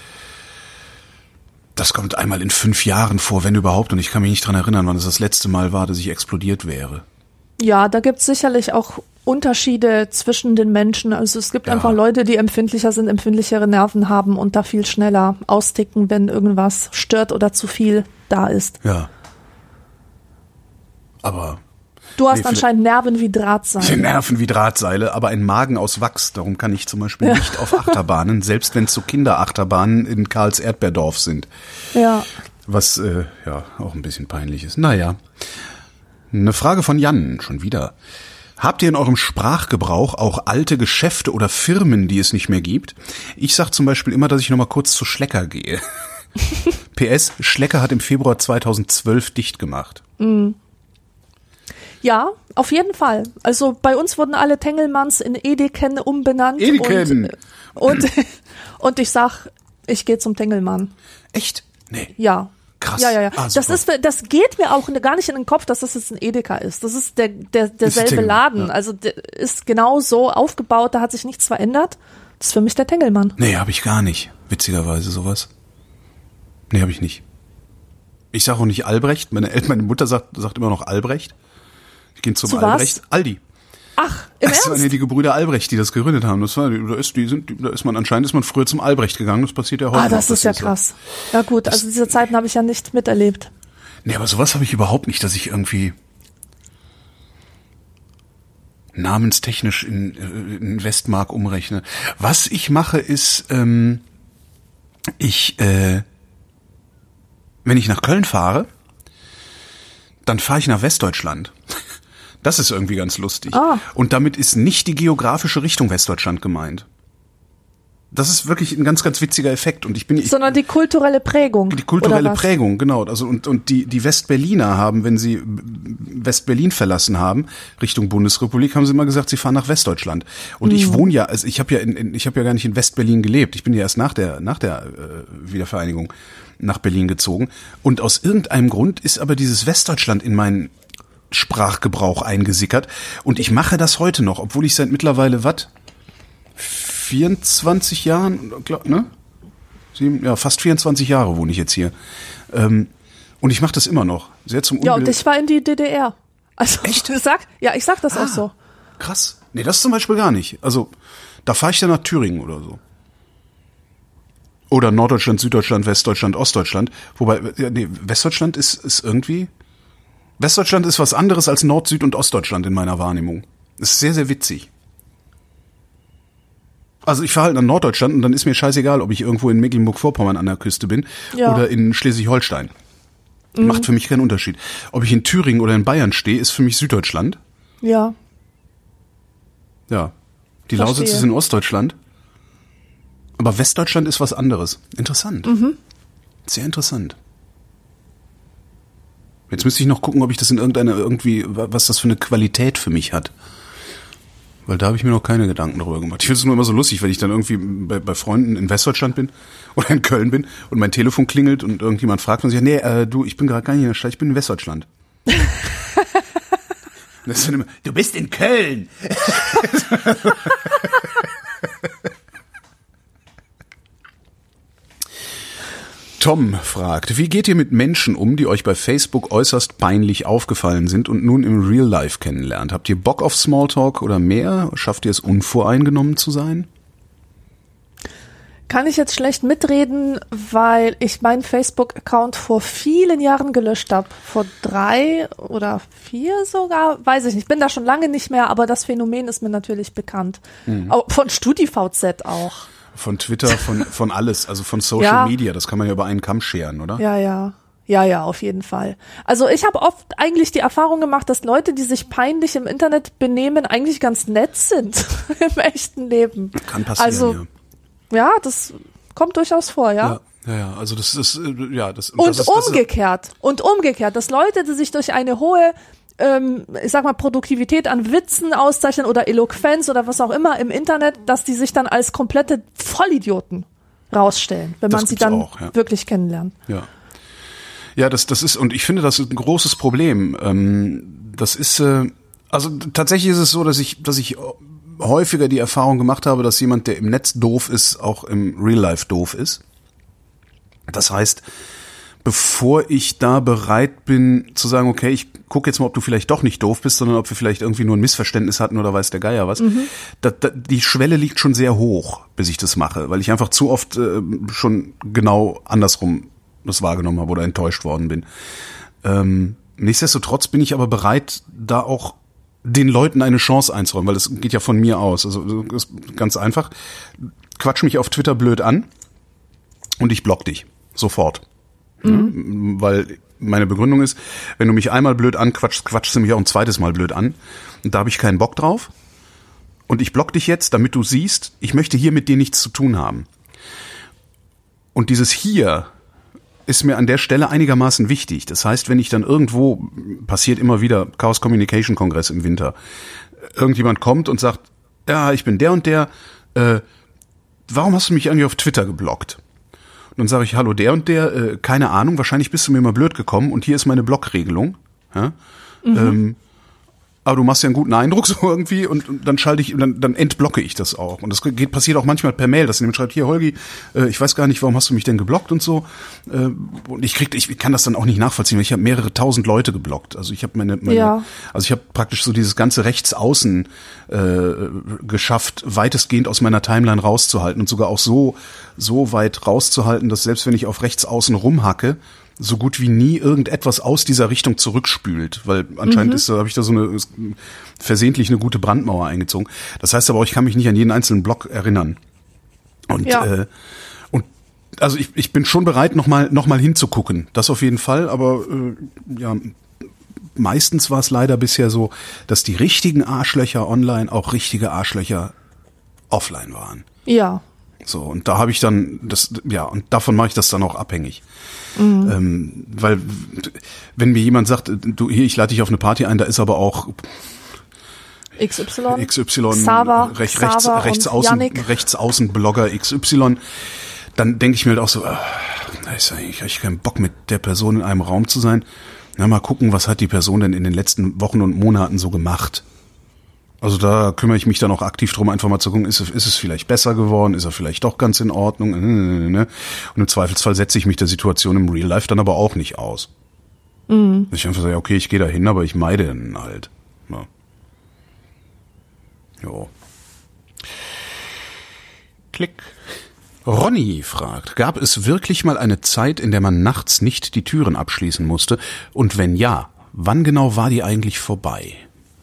Das kommt einmal in 5 Jahren vor, wenn überhaupt. Und ich kann mich nicht dran erinnern, wann es das letzte Mal war, dass ich explodiert wäre. Ja,
da gibt es sicherlich auch Unterschiede zwischen den Menschen. Also es gibt einfach Leute, die empfindlicher sind, empfindlichere Nerven haben und da viel schneller austicken, wenn irgendwas stört oder zu viel da ist.
Ja. Aber
du hast anscheinend Nerven wie Drahtseile.
Nerven wie Drahtseile, aber ein Magen aus Wachs. Darum kann ich zum Beispiel nicht auf Achterbahnen, selbst wenn es so Kinderachterbahnen in Karls Erdbeerdorf sind.
Ja.
Was auch ein bisschen peinlich ist. Naja. Eine Frage von Jan, schon wieder. Habt ihr in eurem Sprachgebrauch auch alte Geschäfte oder Firmen, die es nicht mehr gibt? Ich sag zum Beispiel immer, dass ich nochmal kurz zu Schlecker gehe. PS, Schlecker hat im Februar 2012 dicht gemacht.
Ja, auf jeden Fall. Also bei uns wurden alle Tengelmanns in Edeken umbenannt.
Edeken!
Und ich sag, ich gehe zum Tengelmann.
Echt? Nee.
Ja.
Krass.
Ja. Das geht mir auch gar nicht in den Kopf, dass das jetzt ein Edeka ist. Das ist derselbe Laden. Ja. Also der ist genau so aufgebaut, da hat sich nichts verändert. Das ist für mich der Tengelmann.
Nee, habe ich gar nicht. Witzigerweise sowas. Nee, habe ich nicht. Ich sage auch nicht Albrecht. Meine Mutter sagt immer noch Albrecht. Ich gehe zum Albrecht. Was? Aldi.
Ach, im Ernst?
Das waren ja die Gebrüder Albrecht, die das gegründet haben. Anscheinend ist man früher zum Albrecht gegangen. Das passiert ja heute.
Das ist ja krass. So. Ja gut, also diese Zeiten habe ich ja nicht miterlebt.
Nee, aber sowas habe ich überhaupt nicht, dass ich irgendwie namenstechnisch in Westmark umrechne. Was ich mache ist, wenn ich nach Köln fahre, dann fahre ich nach Westdeutschland. Das ist irgendwie ganz lustig. Und damit ist nicht die geografische Richtung Westdeutschland gemeint. Das ist wirklich ein ganz, ganz witziger Effekt. Und
sondern die kulturelle Prägung.
Die kulturelle Prägung, genau. Also und die Westberliner haben, wenn sie Westberlin verlassen haben, Richtung Bundesrepublik, haben sie immer gesagt, sie fahren nach Westdeutschland. Und ich wohne ja, also ich habe ja gar nicht in Westberlin gelebt. Ich bin ja erst nach der Wiedervereinigung nach Berlin gezogen. Und aus irgendeinem Grund ist aber dieses Westdeutschland in meinen Sprachgebrauch eingesickert. Und ich mache das heute noch, obwohl ich seit mittlerweile 24 Jahren, ne? Fast 24 Jahre wohne ich jetzt hier. Und ich mache das immer noch. Sehr zum Unbill.
Ja, und ich war in die DDR. Also,
echt?
Ich sag das auch so.
Krass. Nee, das zum Beispiel gar nicht. Also, da fahre ich dann nach Thüringen oder so. Oder Norddeutschland, Süddeutschland, Westdeutschland, Ostdeutschland. Wobei, Westdeutschland ist irgendwie... Westdeutschland ist was anderes als Nord-, Süd- und Ostdeutschland in meiner Wahrnehmung. Das ist sehr, sehr witzig. Also ich fahre halt nach Norddeutschland und dann ist mir scheißegal, ob ich irgendwo in Mecklenburg-Vorpommern an der Küste bin oder in Schleswig-Holstein. Macht für mich keinen Unterschied. Ob ich in Thüringen oder in Bayern stehe, ist für mich Süddeutschland.
Ja.
Ja. Die Lausitz ist in Ostdeutschland. Aber Westdeutschland ist was anderes. Interessant. Sehr interessant. Jetzt müsste ich noch gucken, ob ich das in was das für eine Qualität für mich hat. Weil da habe ich mir noch keine Gedanken darüber gemacht. Ich finde es nur immer so lustig, wenn ich dann irgendwie bei Freunden in Westdeutschland bin oder in Köln bin und mein Telefon klingelt und irgendjemand fragt und sagt, du, ich bin gerade gar nicht in der Stadt, ich bin in Westdeutschland. Das ist dann immer, du bist in Köln! Tom fragt, wie geht ihr mit Menschen um, die euch bei Facebook äußerst peinlich aufgefallen sind und nun im Real Life kennenlernt? Habt ihr Bock auf Smalltalk oder mehr? Schafft ihr es, unvoreingenommen zu sein?
Kann ich jetzt schlecht mitreden, weil ich meinen Facebook-Account vor vielen Jahren gelöscht habe. Vor 3 oder 4 sogar, weiß ich nicht. Bin da schon lange nicht mehr, aber das Phänomen ist mir natürlich bekannt. Von StudiVZ auch.
Von Twitter, von alles, also von Social Media, das kann man ja über einen Kamm scheren, oder?
Ja, auf jeden Fall. Also ich habe oft eigentlich die Erfahrung gemacht, dass Leute, die sich peinlich im Internet benehmen, eigentlich ganz nett sind im echten Leben.
Kann passieren,
also, ja, das kommt durchaus vor, ja.
Ja, also das ist,
umgekehrt, dass Leute, die sich durch eine hohe ich sag mal, Produktivität an Witzen auszeichnen oder Eloquenz oder was auch immer im Internet, dass die sich dann als komplette Vollidioten rausstellen, wenn man sie dann wirklich kennenlernt.
Ja, das ist, und ich finde, das ist ein großes Problem. Das ist, also tatsächlich ist es so, dass ich häufiger die Erfahrung gemacht habe, dass jemand, der im Netz doof ist, auch im Real Life doof ist. Das heißt, bevor ich da bereit bin zu sagen, okay, ich gucke jetzt mal, ob du vielleicht doch nicht doof bist, sondern ob wir vielleicht irgendwie nur ein Missverständnis hatten oder weiß der Geier was. Die Schwelle liegt schon sehr hoch, bis ich das mache, weil ich einfach zu oft schon genau andersrum das wahrgenommen habe oder enttäuscht worden bin. Nichtsdestotrotz bin ich aber bereit, da auch den Leuten eine Chance einzuräumen, weil das geht ja von mir aus. Also das ist ganz einfach. Quatsch mich auf Twitter blöd an und ich block dich. Sofort. Weil meine Begründung ist, wenn du mich einmal blöd anquatschst, quatschst du mich auch ein zweites Mal blöd an. Und da habe ich keinen Bock drauf. Und ich block dich jetzt, damit du siehst, ich möchte hier mit dir nichts zu tun haben. Und dieses hier ist mir an der Stelle einigermaßen wichtig. Das heißt, wenn ich dann irgendwo, passiert immer wieder, Chaos Communication Kongress im Winter, irgendjemand kommt und sagt, ja, ich bin der und der, warum hast du mich eigentlich auf Twitter geblockt? Und dann sage ich, hallo, der und der, keine Ahnung, wahrscheinlich bist du mir mal blöd gekommen und hier ist meine Blockregelung. Ja? Aber du machst ja einen guten Eindruck so irgendwie und dann dann entblocke ich das auch. Und das passiert auch manchmal per Mail, dass jemand schreibt, hier Holgi, ich weiß gar nicht, warum hast du mich denn geblockt und so. Und ich kann das dann auch nicht nachvollziehen, weil ich habe mehrere tausend Leute geblockt. Also ich habe also ich habe praktisch so dieses ganze Rechtsaußen geschafft, weitestgehend aus meiner Timeline rauszuhalten und sogar auch so weit rauszuhalten, dass selbst wenn ich auf Rechtsaußen rumhacke, so gut wie nie irgendetwas aus dieser Richtung zurückspült, weil anscheinend habe ich da versehentlich eine gute Brandmauer eingezogen. Das heißt aber auch, ich kann mich nicht an jeden einzelnen Block erinnern. Und Also ich bin schon bereit, noch mal hinzugucken. Das auf jeden Fall, aber ja, meistens war es leider bisher so, dass die richtigen Arschlöcher online auch richtige Arschlöcher offline waren.
Ja.
So, und da habe ich dann und davon mache ich das dann auch abhängig. Weil wenn mir jemand sagt, du hier, ich lade dich auf eine Party ein, da ist aber auch
XY,
Xaver, Rechtsaußen Blogger XY, dann denke ich mir halt auch so, da ist eigentlich, hab ich keinen Bock mit der Person in einem Raum zu sein. Na, mal gucken, was hat die Person denn in den letzten Wochen und Monaten so gemacht. Also da kümmere ich mich dann auch aktiv drum, einfach mal zu gucken, ist es vielleicht besser geworden, ist er vielleicht doch ganz in Ordnung. Und im Zweifelsfall setze ich mich der Situation im Real Life dann aber auch nicht aus. Ich einfach sage, okay, ich gehe da hin, aber ich meide ihn halt. Ja. Jo. Klick. Ronny fragt, gab es wirklich mal eine Zeit, in der man nachts nicht die Türen abschließen musste? Und wenn ja, wann genau war die eigentlich vorbei?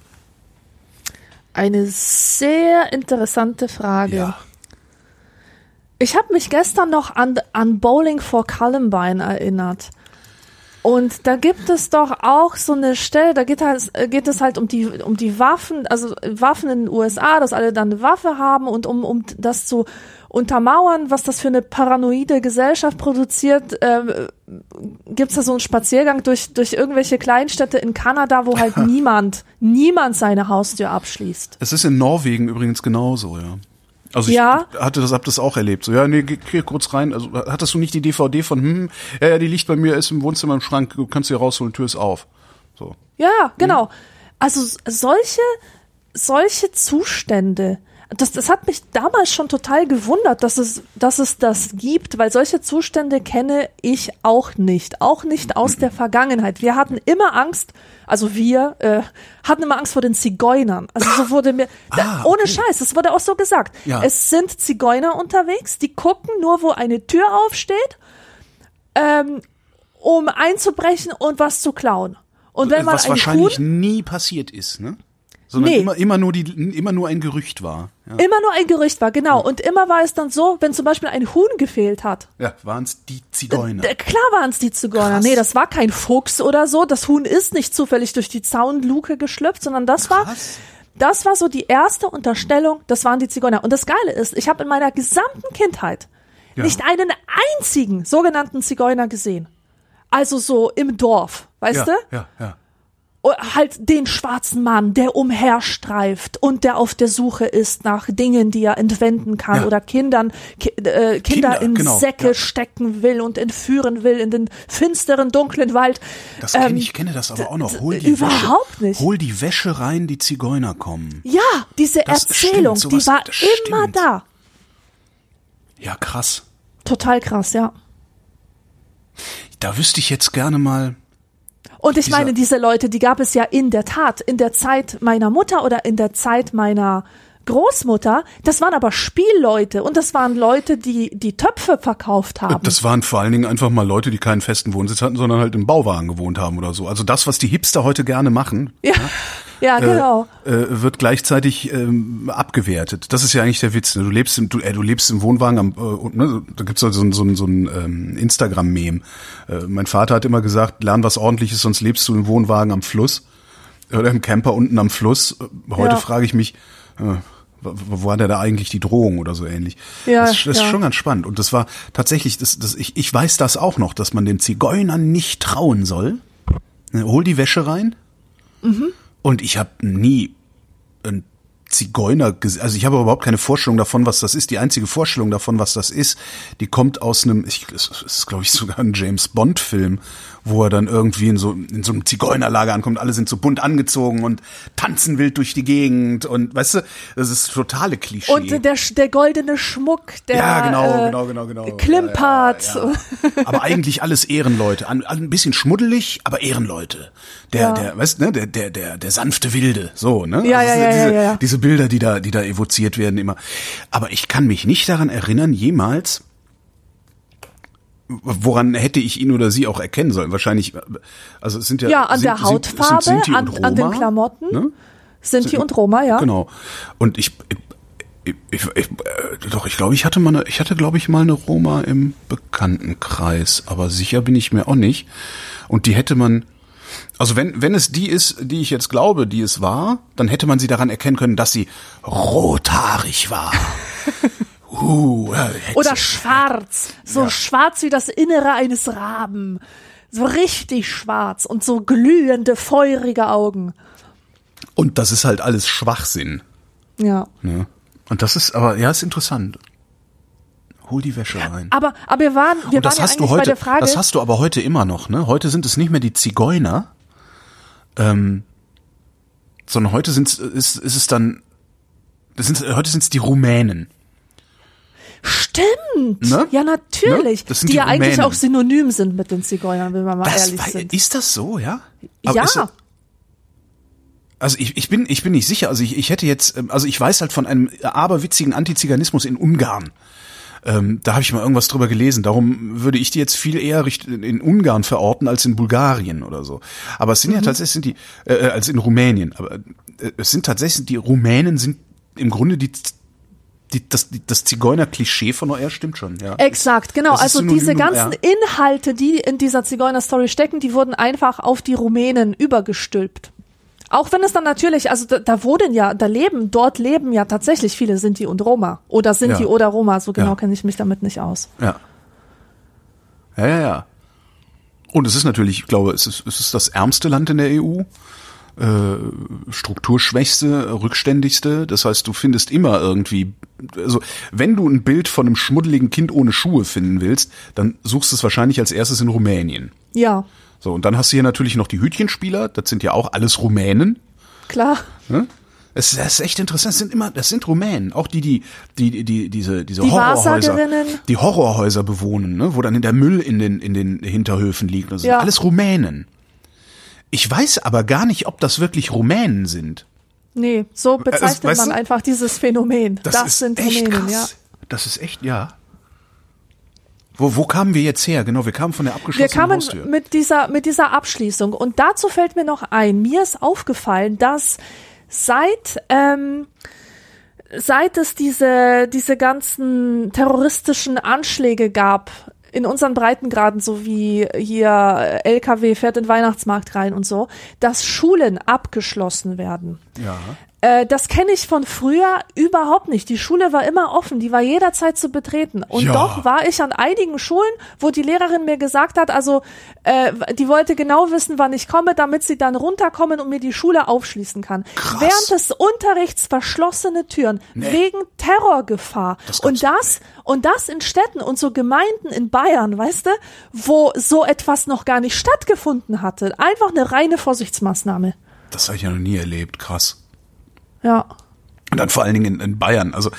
Eine sehr interessante Frage.
Ja.
Ich habe mich gestern noch an Bowling for Columbine erinnert. Und da gibt es doch auch so eine Stelle, da geht es halt um die Waffen, also Waffen in den USA, dass alle dann eine Waffe haben und um das zu untermauern, was das für eine paranoide Gesellschaft produziert, gibt's da so einen Spaziergang durch irgendwelche Kleinstädte in Kanada, wo halt niemand seine Haustür abschließt.
Es ist in Norwegen übrigens genauso, ja. Also ich hab das auch erlebt. So, ja, nee, geh kurz rein. Also hattest du nicht die DVD von, ja, die liegt bei mir, ist im Wohnzimmer im Schrank, du kannst sie rausholen, Tür ist auf. So.
Ja, genau. Also solche Zustände, das hat mich damals schon total gewundert, dass es das gibt, weil solche Zustände kenne ich auch nicht aus der Vergangenheit. Wir hatten immer Angst, hatten immer Angst vor den Zigeunern. Also so wurde mir, ohne Scheiß, das wurde auch so gesagt. Ja. Es sind Zigeuner unterwegs, die gucken nur, wo eine Tür aufsteht, um einzubrechen und was zu klauen. Und wenn man
was wahrscheinlich nie passiert ist, ne? Sondern immer nur ein Gerücht war. Ja.
Immer nur ein Gerücht war, genau. Und immer war es dann so, wenn zum Beispiel ein Huhn gefehlt hat.
Ja, waren es die Zigeuner.
Klar waren es die Zigeuner.
Krass.
Nee, das war kein Fuchs oder so. Das Huhn ist nicht zufällig durch die Zaunluke geschlüpft, sondern das war so die erste Unterstellung, das waren die Zigeuner. Und das Geile ist, ich habe in meiner gesamten Kindheit nicht einen einzigen sogenannten Zigeuner gesehen. Also so im Dorf, weißt du?
Ja.
Halt den schwarzen Mann, der umherstreift und der auf der Suche ist nach Dingen, die er entwenden kann oder Kinder in Säcke stecken will und entführen will in den finsteren, dunklen Wald.
Ich kenne das aber auch noch.
Überhaupt nicht.
Hol die Wäsche rein, die Zigeuner kommen.
Ja, diese Erzählung, die war immer da.
Ja, krass.
Total krass, ja.
Da wüsste ich jetzt gerne mal.
Und ich meine, diese Leute, die gab es ja in der Tat in der Zeit meiner Mutter oder in der Zeit meiner Großmutter. Das waren aber Spielleute und das waren Leute, die Töpfe verkauft haben.
Das waren vor allen Dingen einfach mal Leute, die keinen festen Wohnsitz hatten, sondern halt im Bauwagen gewohnt haben oder so. Also das, was die Hipster heute gerne machen.
Ja, genau.
Wird gleichzeitig abgewertet. Das ist ja eigentlich der Witz. Ne? Du lebst im Wohnwagen da gibt's so ein Instagram-Meme. Mein Vater hat immer gesagt, lern was Ordentliches, sonst lebst du im Wohnwagen am Fluss oder im Camper unten am Fluss. Heute frage ich mich, wo war der da eigentlich die Drohung oder so ähnlich? Ja, das ist schon ganz spannend. Und das war tatsächlich, ich weiß das auch noch, dass man den Zigeunern nicht trauen soll. Hol die Wäsche rein. Mhm. Und ich habe nie einen Zigeuner gesehen. Also ich habe überhaupt keine Vorstellung davon, was das ist. Die einzige Vorstellung davon, was das ist, die kommt aus einem, es ist glaube ich sogar ein James-Bond-Film, wo er dann irgendwie in so einem Zigeunerlager ankommt. Alle sind so bunt angezogen und tanzen wild durch die Gegend und weißt du, das ist totale Klischee.
Und der goldene Schmuck, der
genau.
klimpert.
Ja. Aber eigentlich alles Ehrenleute. Ein bisschen schmuddelig, aber Ehrenleute. Der sanfte Wilde, so, ne? Diese Bilder, die da evoziert werden immer. Aber ich kann mich nicht daran erinnern, jemals, woran hätte ich ihn oder sie auch erkennen sollen? Wahrscheinlich, also es sind ja...
Ja, an der Hautfarbe, an den Klamotten.
Ne?
Sinti und Roma, ja.
Genau. Und Ich glaube, ich hatte glaube ich mal eine Roma im Bekanntenkreis, aber sicher bin ich mir auch nicht. Und die hätte man, also wenn es die ist, die ich jetzt glaube, die es war, dann hätte man sie daran erkennen können, dass sie rothaarig war.
Oder schwarz, schwarz wie das Innere eines Raben, so richtig schwarz und so glühende, feurige Augen.
Und das ist halt alles Schwachsinn.
Ja.
Und das ist, aber ja, ist interessant. Hol die Wäsche rein.
Aber wir waren ja eigentlich bei der Frage.
Das hast du aber heute immer noch, ne? Heute sind es nicht mehr die Zigeuner, sondern heute heute sind es die Rumänen.
Stimmt.
Ne?
Ja, natürlich.
Ne?
Die ja eigentlich auch synonym sind mit den Zigeunern, wenn wir mal ehrlich sind.
Ist das so, ja?
Aber ja.
Also ich bin nicht sicher. Also ich hätte jetzt, also ich weiß halt von einem aberwitzigen Antiziganismus in Ungarn. Da habe ich mal irgendwas drüber gelesen. Darum würde ich die jetzt viel eher in Ungarn verorten als in Bulgarien oder so. Aber es sind ja tatsächlich als in Rumänien. Aber es sind tatsächlich, die Rumänen sind im Grunde das Zigeuner-Klischee von OR stimmt schon, ja.
Exakt, genau. Also diese ganzen Inhalte, die in dieser Zigeuner-Story stecken, die wurden einfach auf die Rumänen übergestülpt. Auch wenn es dann natürlich, also dort leben ja tatsächlich viele Sinti und Roma. Oder Sinti oder Roma, so genau kenne ich mich damit nicht aus.
Ja. Ja. Und es ist natürlich, ich glaube, es ist das ärmste Land in der EU. Strukturschwächste, rückständigste. Das heißt, du findest immer irgendwie, also wenn du ein Bild von einem schmuddeligen Kind ohne Schuhe finden willst, dann suchst du es wahrscheinlich als erstes in Rumänien.
Ja.
So, und dann hast du hier natürlich noch die Hütchenspieler, das sind ja auch alles Rumänen.
Klar.
Ne? Es ist echt interessant, das sind Rumänen, auch diese
Wahrsagerinnen,
die Horrorhäuser bewohnen, ne, wo dann der Müll in den Hinterhöfen liegt, das sind alles Rumänen. Ich weiß aber gar nicht, ob das wirklich Rumänen sind.
Nee, so bezeichnet man einfach dieses Phänomen.
Das
sind
echt
Rumänen,
krass.
ja.
Das ist echt, ja. Wo kamen wir jetzt her? Genau, wir kamen von der abgeschlossenen Haustür.
Wir kamen mit dieser Abschließung. Und dazu fällt mir noch ein, mir ist aufgefallen, dass seit es diese ganzen terroristischen Anschläge gab, in unseren Breitengraden, so wie hier LKW fährt in den Weihnachtsmarkt rein und so, dass Schulen abgeschlossen werden.
Ja.
Das kenne ich von früher überhaupt nicht. Die Schule war immer offen, die war jederzeit zu betreten. Und doch war ich an einigen Schulen, wo die Lehrerin mir gesagt hat, also die wollte genau wissen, wann ich komme, damit sie dann runterkommen und mir die Schule aufschließen kann.
Krass.
Während des Unterrichts verschlossene Türen, wegen Terrorgefahr. Und das in Städten und so Gemeinden in Bayern, weißt du, wo so etwas noch gar nicht stattgefunden hatte. Einfach eine reine Vorsichtsmaßnahme.
Das habe ich ja noch nie erlebt, krass.
Ja.
Und dann vor allen Dingen in Bayern, also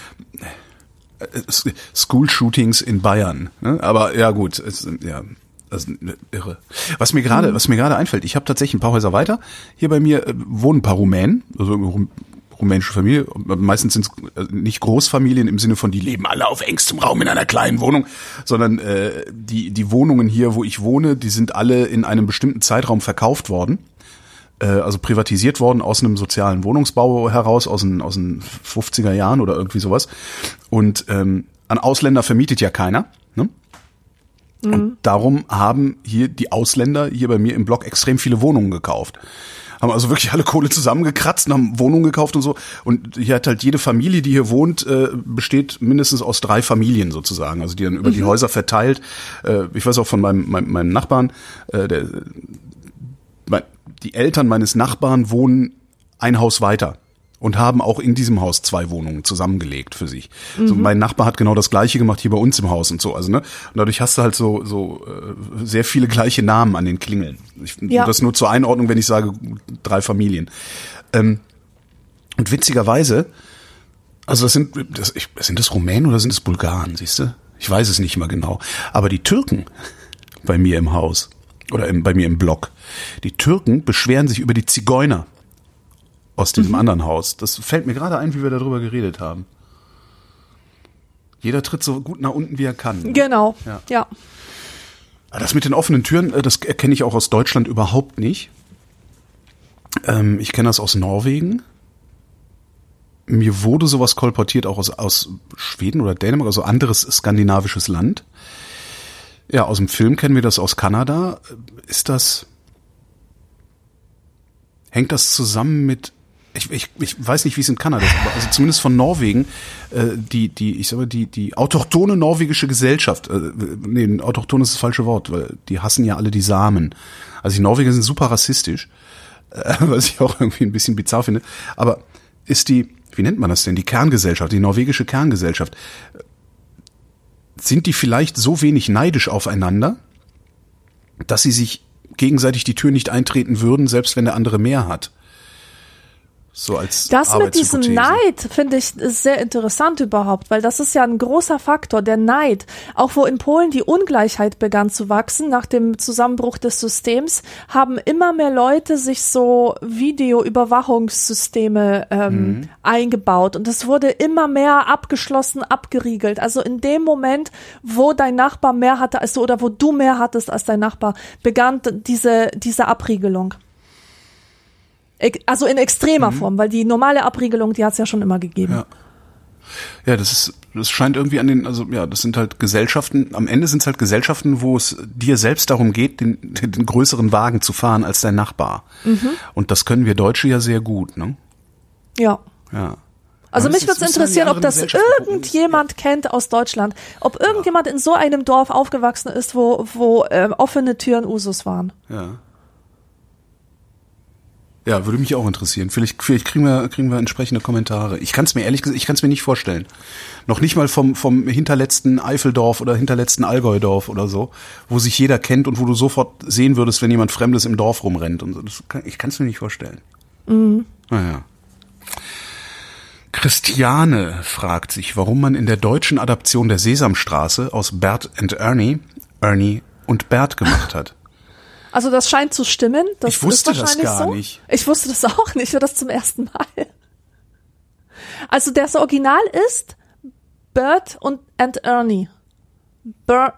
School-Shootings in Bayern, ne? Aber ja gut, das ist irre. Was mir gerade einfällt, ich habe tatsächlich ein paar Häuser weiter, hier bei mir wohnen ein paar Rumänen, also rumänische Familie, meistens sind es nicht Großfamilien im Sinne von, die leben alle auf engstem Raum in einer kleinen Wohnung, sondern die Wohnungen hier, wo ich wohne, die sind alle in einem bestimmten Zeitraum verkauft worden. Also privatisiert worden aus einem sozialen Wohnungsbau heraus, aus den 50er Jahren oder irgendwie sowas. Und an Ausländer vermietet ja keiner. Ne? Und darum haben hier die Ausländer hier bei mir im Block extrem viele Wohnungen gekauft. Haben also wirklich alle Kohle zusammengekratzt und haben Wohnungen gekauft und so. Und hier hat halt jede Familie, die hier wohnt, besteht mindestens aus 3 Familien sozusagen. Also die dann über die Häuser verteilt. Ich weiß auch von meinem Nachbarn, die Eltern meines Nachbarn wohnen ein Haus weiter und haben auch in diesem Haus 2 Wohnungen zusammengelegt für sich. Also mein Nachbar hat genau das Gleiche gemacht hier bei uns im Haus und so. Also ne, und dadurch hast du halt so sehr viele gleiche Namen an den Klingeln. Das nur zur Einordnung, wenn ich sage 3 Familien. Und witzigerweise, also sind das Rumänen oder sind es Bulgaren? Siehst du? Ich weiß es nicht mal genau. Aber die Türken bei mir im Haus oder bei mir im Block. Die Türken beschweren sich über die Zigeuner aus diesem anderen Haus. Das fällt mir gerade ein, wie wir darüber geredet haben. Jeder tritt so gut nach unten, wie er kann. Ne?
Genau, ja.
Das mit den offenen Türen, das kenne ich auch aus Deutschland überhaupt nicht. Ich kenne das aus Norwegen. mir wurde sowas kolportiert, auch aus Schweden oder Dänemark, also anderes skandinavisches Land. Ja, aus dem Film kennen wir das aus Kanada. Hängt das zusammen mit, ich weiß nicht, wie es in Kanada ist, aber also zumindest von Norwegen, die autochtone norwegische Gesellschaft, autochton ist das falsche Wort, weil die hassen ja alle die Samen. Also die Norweger sind super rassistisch, was ich auch irgendwie ein bisschen bizarr finde. Aber ist wie nennt man das denn, die Kerngesellschaft, die norwegische Kerngesellschaft, sind die vielleicht so wenig neidisch aufeinander, dass sie sich gegenseitig die Tür nicht eintreten würden, selbst wenn der andere mehr hat? So als
das mit diesem Neid finde ich ist sehr interessant überhaupt, weil das ist ja ein großer Faktor, der Neid. Auch wo in Polen die Ungleichheit begann zu wachsen, nach dem Zusammenbruch des Systems, haben immer mehr Leute sich so Videoüberwachungssysteme eingebaut und es wurde immer mehr abgeschlossen, abgeriegelt. Also in dem Moment, wo dein Nachbar mehr hatte als du oder wo du mehr hattest als dein Nachbar, begann diese Abriegelung. Also in extremer Form, weil die normale Abriegelung, die hat es ja schon immer gegeben.
Ja, das scheint irgendwie das sind halt Gesellschaften, am Ende sind es halt Gesellschaften, wo es dir selbst darum geht, den größeren Wagen zu fahren als dein Nachbar. Und das können wir Deutsche ja sehr gut, ne?
Ja.
Ja.
Also mich würde es interessieren, ob das irgendjemand kennt aus Deutschland, ob irgendjemand in so einem Dorf aufgewachsen ist, wo offene Türen Usus waren.
Ja. Ja, würde mich auch interessieren. Vielleicht kriegen wir entsprechende Kommentare. Ich kann es mir ehrlich gesagt, nicht vorstellen. Noch nicht mal vom hinterletzten Eifeldorf oder hinterletzten Allgäudorf oder so, wo sich jeder kennt und wo du sofort sehen würdest, wenn jemand Fremdes im Dorf rumrennt. Und so. Ich kann es mir nicht vorstellen. Naja. Christiane fragt sich, warum man in der deutschen Adaption der Sesamstraße aus Bert and Ernie und Bert gemacht hat.
Also das scheint zu stimmen.
Ich wusste das gar nicht.
Ich wusste das auch nicht, ich höre das zum ersten Mal. Also das Original ist Bert und Ernie. Bert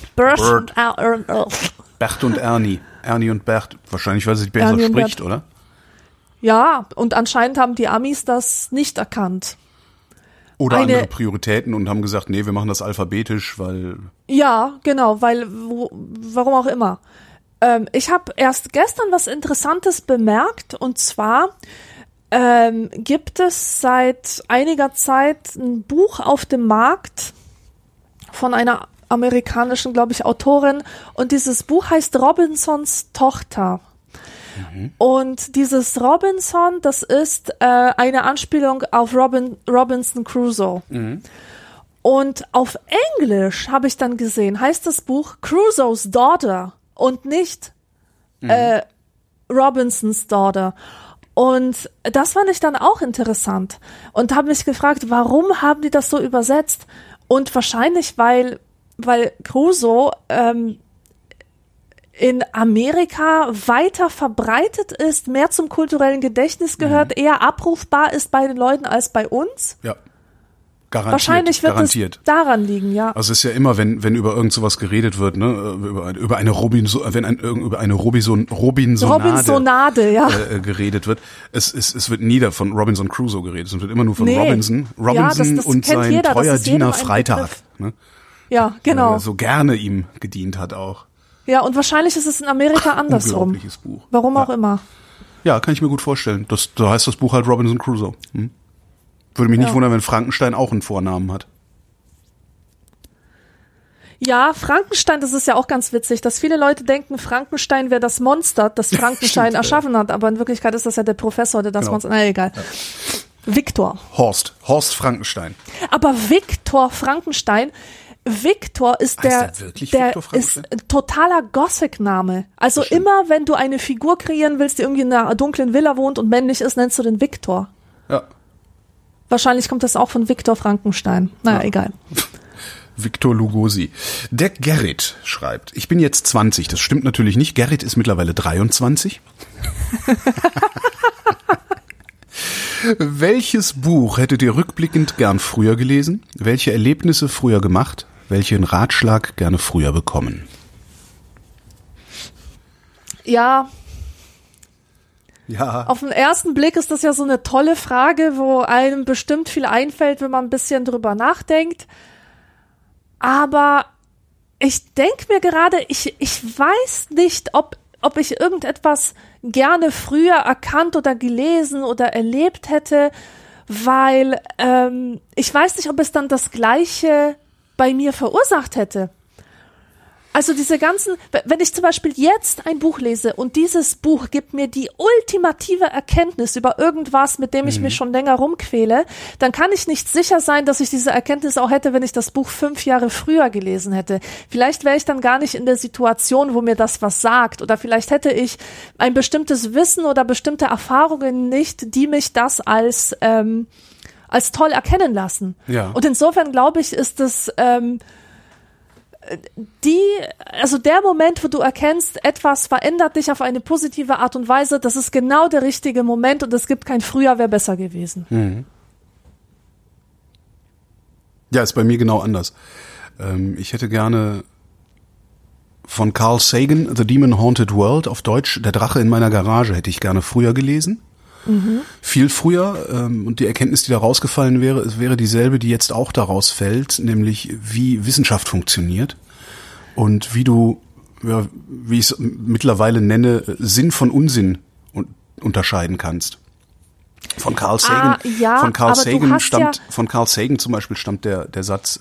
und Ernie. Ernie und Bert. Wahrscheinlich, weil sie besser
Ernie
spricht, oder?
Ja, und anscheinend haben die Amis das nicht erkannt.
Oder andere Prioritäten und haben gesagt, nee, wir machen das alphabetisch, weil... Ja,
genau, warum auch immer. Ich habe erst gestern was Interessantes bemerkt, und zwar gibt es seit einiger Zeit ein Buch auf dem Markt von einer amerikanischen, glaube ich, Autorin, und dieses Buch heißt Robinsons Tochter. Und dieses Robinson, das ist eine Anspielung auf Robinson Crusoe. Und auf Englisch habe ich dann gesehen, heißt das Buch Crusoe's Daughter und nicht Robinsons Daughter. Und das fand ich dann auch interessant und habe mich gefragt, warum haben die das so übersetzt? Und wahrscheinlich, weil Crusoe in Amerika weiter verbreitet ist, mehr zum kulturellen Gedächtnis gehört, eher abrufbar ist bei den Leuten als bei uns.
Ja. Garantiert,
wahrscheinlich wird es daran liegen, ja.
Also es ist ja immer, wenn über irgend sowas geredet wird, ne, über eine Robinsonade
ja.
Geredet wird, es wird nie von Robinson Crusoe geredet, es wird immer nur von Robinson das und sein
jeder,
treuer Diener Freitag, ne?
Ja, genau.
Der so gerne ihm gedient hat auch.
Ja, und wahrscheinlich ist es in Amerika andersrum.
Unglaubliches Buch.
Warum auch immer.
Ja, kann ich mir gut vorstellen. Da heißt das Buch halt Robinson Crusoe. Würde mich nicht wundern, wenn Frankenstein auch einen Vornamen hat.
Ja, Frankenstein, das ist ja auch ganz witzig, dass viele Leute denken, Frankenstein wäre das Monster, das Frankenstein erschaffen hat, aber in Wirklichkeit ist das ja der Professor, der das Monster, na egal. Ja. Victor
Frankenstein.
Aber Victor Frankenstein ist ist ein totaler Gothic-Name. Also immer, wenn du eine Figur kreieren willst, die irgendwie in einer dunklen Villa wohnt und männlich ist, nennst du den Victor.
Ja.
Wahrscheinlich kommt das auch von Victor Frankenstein. Naja, egal.
Victor Lugosi. Der Gerrit schreibt, ich bin jetzt 20. Das stimmt natürlich nicht. Gerrit ist mittlerweile 23. Welches Buch hättet ihr rückblickend gern früher gelesen? Welche Erlebnisse früher gemacht? Welchen Ratschlag gerne früher bekommen?
Ja.
Ja.
Auf den ersten Blick ist das ja so eine tolle Frage, wo einem bestimmt viel einfällt, wenn man ein bisschen drüber nachdenkt. Aber ich denke mir gerade, ich weiß nicht, ob ich irgendetwas gerne früher erkannt oder gelesen oder erlebt hätte, weil ich weiß nicht, ob es dann das Gleiche bei mir verursacht hätte. Also diese ganzen, wenn ich zum Beispiel jetzt ein Buch lese und dieses Buch gibt mir die ultimative Erkenntnis über irgendwas, mit dem ich mich schon länger rumquäle, dann kann ich nicht sicher sein, dass ich diese Erkenntnis auch hätte, wenn ich das Buch 5 Jahre früher gelesen hätte. Vielleicht wäre ich dann gar nicht in der Situation, wo mir das was sagt, oder vielleicht hätte ich ein bestimmtes Wissen oder bestimmte Erfahrungen nicht, die mich das als toll erkennen lassen.
Ja.
Und insofern glaube ich, ist es der Moment, wo du erkennst, etwas verändert dich auf eine positive Art und Weise, das ist genau der richtige Moment und es gibt kein früher wäre besser gewesen.
Mhm. Ja, ist bei mir genau anders. Ich hätte gerne von Carl Sagan, The Demon Haunted World, auf Deutsch, Der Drache in meiner Garage, hätte ich gerne früher gelesen. Mhm. Viel früher, und die Erkenntnis, die da rausgefallen wäre, es wäre dieselbe, die jetzt auch daraus fällt, nämlich wie Wissenschaft funktioniert und wie du, ja, wie ich es mittlerweile nenne, Sinn von Unsinn unterscheiden kannst. Von Carl Sagan, von Carl Sagan zum Beispiel stammt der Satz,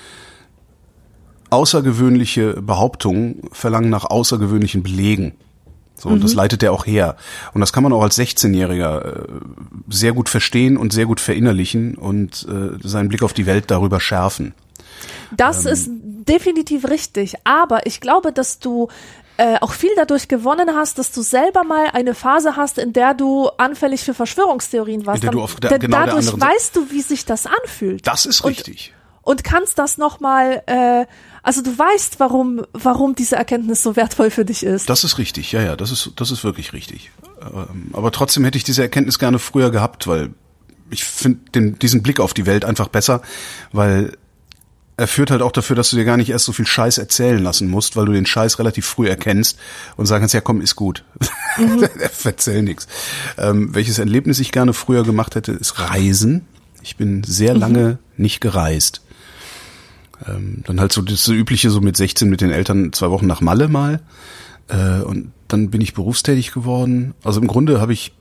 außergewöhnliche Behauptungen verlangen nach außergewöhnlichen Belegen. So, und das leitet er auch her. Und das kann man auch als 16-Jähriger sehr gut verstehen und sehr gut verinnerlichen und seinen Blick auf die Welt darüber schärfen.
Das ist definitiv richtig. Aber ich glaube, dass du auch viel dadurch gewonnen hast, dass du selber mal eine Phase hast, in der du anfällig für Verschwörungstheorien warst. Dadurch weißt du, wie sich das anfühlt.
Das ist richtig.
Und kannst das nochmal, also du weißt, warum diese Erkenntnis so wertvoll für dich ist.
Das ist richtig, ja, das ist wirklich richtig. Aber trotzdem hätte ich diese Erkenntnis gerne früher gehabt, weil ich finde diesen Blick auf die Welt einfach besser, weil er führt halt auch dafür, dass du dir gar nicht erst so viel Scheiß erzählen lassen musst, weil du den Scheiß relativ früh erkennst und sagen kannst, ja komm, ist gut. Erzähl nix. Welches Erlebnis ich gerne früher gemacht hätte, ist Reisen. Ich bin sehr lange nicht gereist. Dann halt so das Übliche, so mit 16 mit den Eltern 2 Wochen nach Malle mal. Und dann bin ich berufstätig geworden. Also im Grunde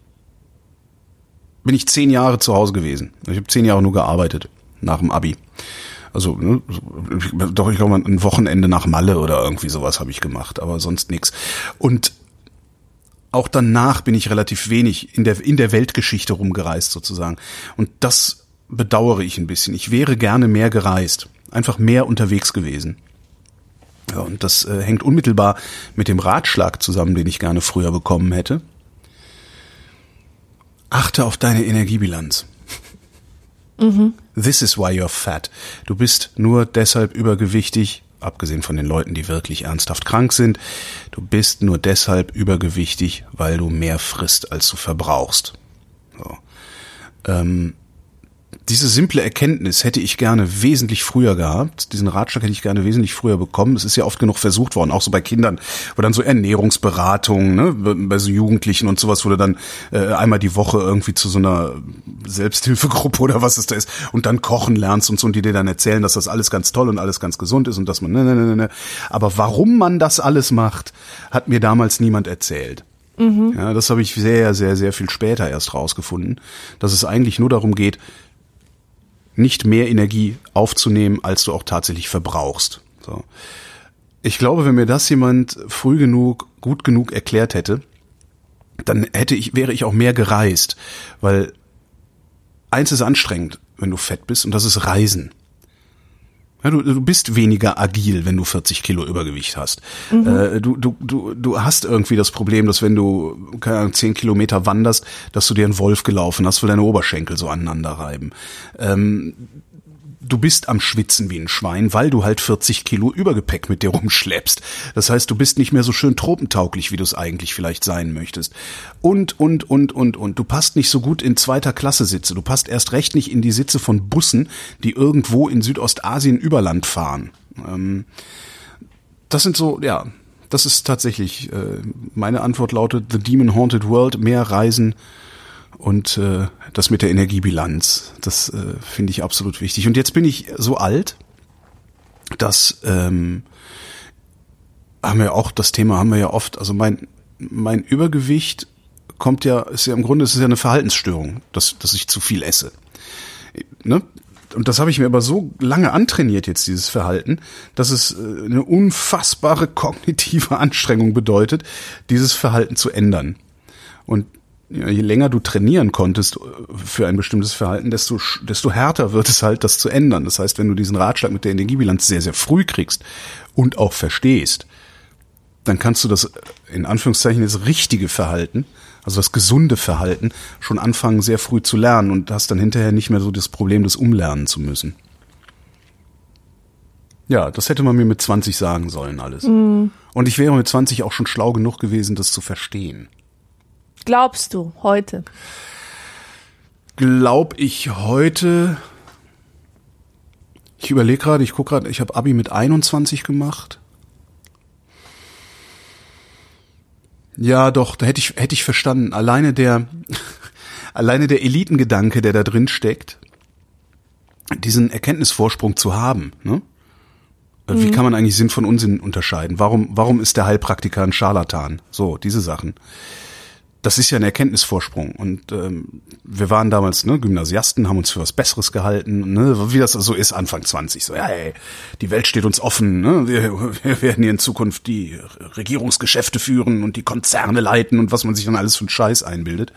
bin ich 10 Jahre zu Hause gewesen. Ich habe 10 Jahre nur gearbeitet nach dem Abi. Also ich glaube ein Wochenende nach Malle oder irgendwie sowas habe ich gemacht, aber sonst nichts. Und auch danach bin ich relativ wenig in der Weltgeschichte rumgereist sozusagen. Und das bedauere ich ein bisschen. Ich wäre gerne mehr gereist, einfach mehr unterwegs gewesen. Ja, und das hängt unmittelbar mit dem Ratschlag zusammen, den ich gerne früher bekommen hätte. Achte auf deine Energiebilanz. This is why you're fat. Du bist nur deshalb übergewichtig, abgesehen von den Leuten, die wirklich ernsthaft krank sind. Du bist nur deshalb übergewichtig, weil du mehr frisst, als du verbrauchst. So. Diese simple Erkenntnis hätte ich gerne wesentlich früher gehabt. Diesen Ratschlag hätte ich gerne wesentlich früher bekommen. Es ist ja oft genug versucht worden, auch so bei Kindern, wo dann so Ernährungsberatungen, ne, bei so Jugendlichen und sowas, wo du dann einmal die Woche irgendwie zu so einer Selbsthilfegruppe oder was es da ist und dann kochen lernst und so und die dir dann erzählen, dass das alles ganz toll und alles ganz gesund ist und dass man Aber warum man das alles macht, hat mir damals niemand erzählt. Ja, das habe ich sehr, sehr, sehr viel später erst rausgefunden, dass es eigentlich nur darum geht, nicht mehr Energie aufzunehmen, als du auch tatsächlich verbrauchst. So. Ich glaube, wenn mir das jemand früh genug, gut genug erklärt hätte, dann wäre ich auch mehr gereist, weil eins ist anstrengend, wenn du fett bist, und das ist Reisen. Ja, du bist weniger agil, wenn du 40 Kilo Übergewicht hast. Du hast irgendwie das Problem, dass wenn du 10 Kilometer wanderst, dass du dir einen Wolf gelaufen hast, weil deine Oberschenkel so aneinander reiben. Du bist am Schwitzen wie ein Schwein, weil du halt 40 Kilo Übergepäck mit dir rumschleppst. Das heißt, du bist nicht mehr so schön tropentauglich, wie du es eigentlich vielleicht sein möchtest. Und. Du passt nicht so gut in 2. Klasse Sitze. Du passt erst recht nicht in die Sitze von Bussen, die irgendwo in Südostasien über Land fahren. Das sind so, ja, das ist tatsächlich, meine Antwort lautet The Demon Haunted World, mehr Reisen und das mit der Energiebilanz. Das finde ich absolut wichtig. Und jetzt bin ich so alt, dass haben wir auch, das Thema haben wir ja oft, also mein Übergewicht ist ja eine Verhaltensstörung, dass ich zu viel esse. Ne? Und das habe ich mir aber so lange antrainiert jetzt, dieses Verhalten, dass es eine unfassbare kognitive Anstrengung bedeutet, dieses Verhalten zu ändern. Und je länger du trainieren konntest für ein bestimmtes Verhalten, desto härter wird es halt, das zu ändern. Das heißt, wenn du diesen Ratschlag mit der Energiebilanz sehr, sehr früh kriegst und auch verstehst, dann kannst du das, in Anführungszeichen, das richtige Verhalten, also das gesunde Verhalten, schon anfangen, sehr früh zu lernen und hast dann hinterher nicht mehr so das Problem, das umlernen zu müssen. Ja, das hätte man mir mit 20 sagen sollen, alles. Und ich wäre mit 20 auch schon schlau genug gewesen, das zu verstehen.
Glaubst du heute?
Glaub ich heute? Ich überlege gerade, ich gucke gerade, ich habe Abi mit 21 gemacht. Ja, doch, da hätte ich verstanden. Alleine der Elitengedanke, der da drin steckt, diesen Erkenntnisvorsprung zu haben, ne? Wie kann man eigentlich Sinn von Unsinn unterscheiden? Warum ist der Heilpraktiker ein Scharlatan? So, diese Sachen. Das ist ja ein Erkenntnisvorsprung. Und wir waren damals Gymnasiasten, haben uns für was Besseres gehalten, ne? Wie das so ist, Anfang 20. So, ja, ey, die Welt steht uns offen, ne? Wir werden hier in Zukunft die Regierungsgeschäfte führen und die Konzerne leiten und was man sich dann alles für einen Scheiß einbildet.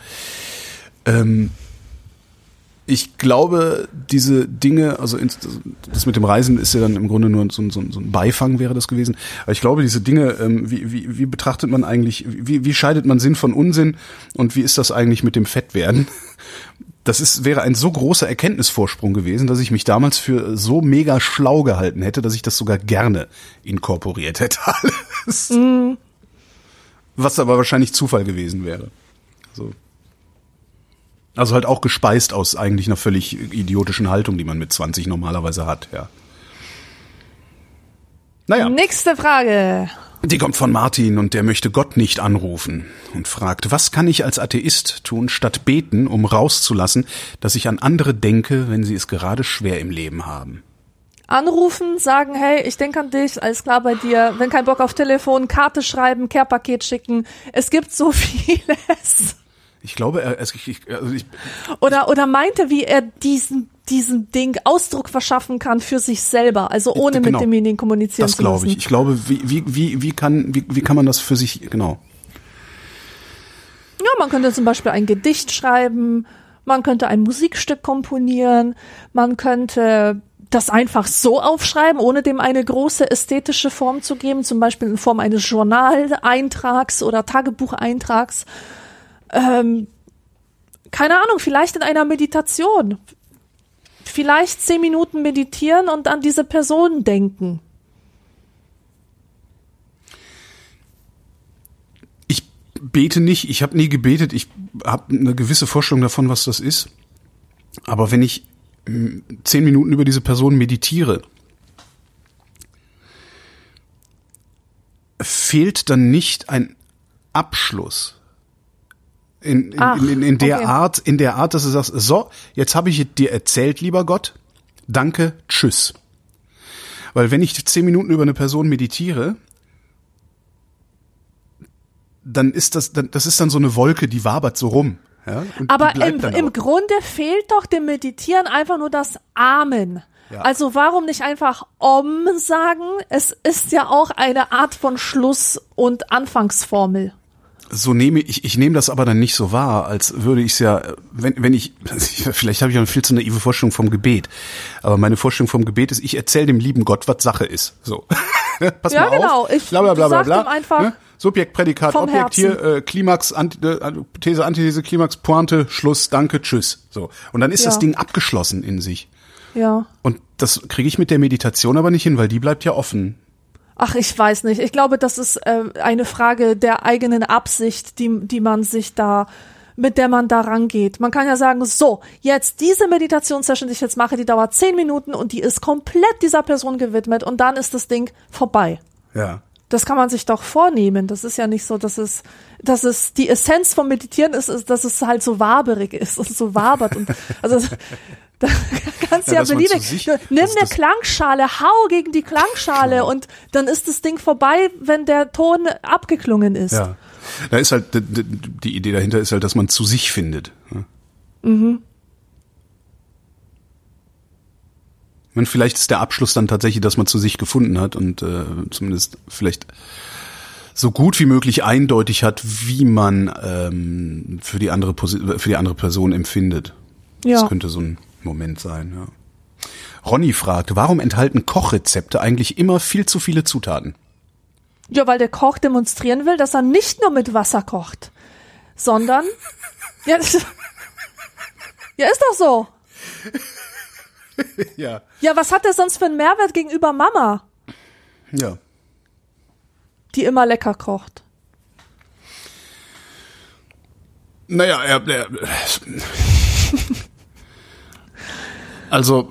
Ich glaube, diese Dinge, also das mit dem Reisen ist ja dann im Grunde nur so ein Beifang wäre das gewesen. Aber ich glaube, diese Dinge, wie betrachtet man eigentlich, wie scheidet man Sinn von Unsinn und wie ist das eigentlich mit dem Fettwerden? Wäre ein so großer Erkenntnisvorsprung gewesen, dass ich mich damals für so mega schlau gehalten hätte, dass ich das sogar gerne inkorporiert hätte alles. Was aber wahrscheinlich Zufall gewesen wäre. Also halt auch gespeist aus eigentlich einer völlig idiotischen Haltung, die man mit 20 normalerweise hat, ja. Naja.
Nächste Frage.
Die kommt von Martin und der möchte Gott nicht anrufen und fragt, was kann ich als Atheist tun, statt beten, um rauszulassen, dass ich an andere denke, wenn sie es gerade schwer im Leben haben?
Anrufen, sagen, hey, ich denke an dich, alles klar bei dir. Wenn kein Bock auf Telefon, Karte schreiben, Care-Paket schicken. Es gibt so vieles.
Ich glaube,
oder meinte, wie er diesem Ding Ausdruck verschaffen kann für sich selber, also ohne mit demjenigen kommunizieren zu müssen.
Das glaube ich. Ich glaube, wie kann man das für sich, genau.
Ja, man könnte zum Beispiel ein Gedicht schreiben, man könnte ein Musikstück komponieren, man könnte das einfach so aufschreiben, ohne dem eine große ästhetische Form zu geben, zum Beispiel in Form eines Journaleintrags oder Tagebucheintrags. Keine Ahnung, vielleicht in einer Meditation. Vielleicht 10 Minuten meditieren und an diese Person denken.
Ich bete nicht, ich habe nie gebetet, ich habe eine gewisse Vorstellung davon, was das ist. Aber wenn ich 10 Minuten über diese Person meditiere, fehlt dann nicht ein Abschluss? In der Art, dass du sagst, so, jetzt habe ich dir erzählt, lieber Gott, danke, tschüss. Weil wenn ich 10 Minuten über eine Person meditiere, dann ist das ist dann so eine Wolke, die wabert so rum. Ja,
aber im Grunde fehlt doch dem Meditieren einfach nur das Amen. Ja. Also warum nicht einfach Om sagen? Es ist ja auch eine Art von Schluss- und Anfangsformel.
Ich nehme das aber dann nicht so wahr, als würde ich es ja, vielleicht habe ich eine viel zu naive Vorstellung vom Gebet, aber meine Vorstellung vom Gebet ist, ich erzähle dem lieben Gott, was Sache ist. So. Pass mal
genau.
auf. Blablabla.
Einfach
ne? Subjekt, Prädikat, Objekt,
Herzen.
Hier, Klimax, These, Antithese, Klimax, Pointe, Schluss, danke, tschüss. So. Und dann ist das Ding abgeschlossen in sich.
Ja.
Und das kriege ich mit der Meditation aber nicht hin, weil die bleibt ja offen.
Ach, ich weiß nicht. Ich glaube, das ist eine Frage der eigenen Absicht, die man sich da, mit der man da rangeht. Man kann ja sagen, so, jetzt diese Meditationssession, die ich jetzt mache, die dauert 10 Minuten und die ist komplett dieser Person gewidmet und dann ist das Ding vorbei.
Ja.
Das kann man sich doch vornehmen. Das ist ja nicht so, dass es die Essenz vom Meditieren ist, dass es halt so waberig ist und so wabert. Und, also da kannst du ja beliebig. Nimm eine Klangschale, hau gegen die Klangschale und dann ist das Ding vorbei, wenn der Ton abgeklungen ist.
Ja. Da ist halt, die Idee dahinter ist halt, dass man zu sich findet. Vielleicht ist der Abschluss dann tatsächlich, dass man zu sich gefunden hat und zumindest vielleicht so gut wie möglich eindeutig hat, wie man für die andere Person empfindet. Ja. Das könnte so ein Moment sein. Ja. Ronny fragt, warum enthalten Kochrezepte eigentlich immer viel zu viele Zutaten?
Ja, weil der Koch demonstrieren will, dass er nicht nur mit Wasser kocht, sondern ja, ist doch so.
Ja.
Ja, was hat er sonst für einen Mehrwert gegenüber Mama?
Ja.
Die immer lecker kocht.
Naja, also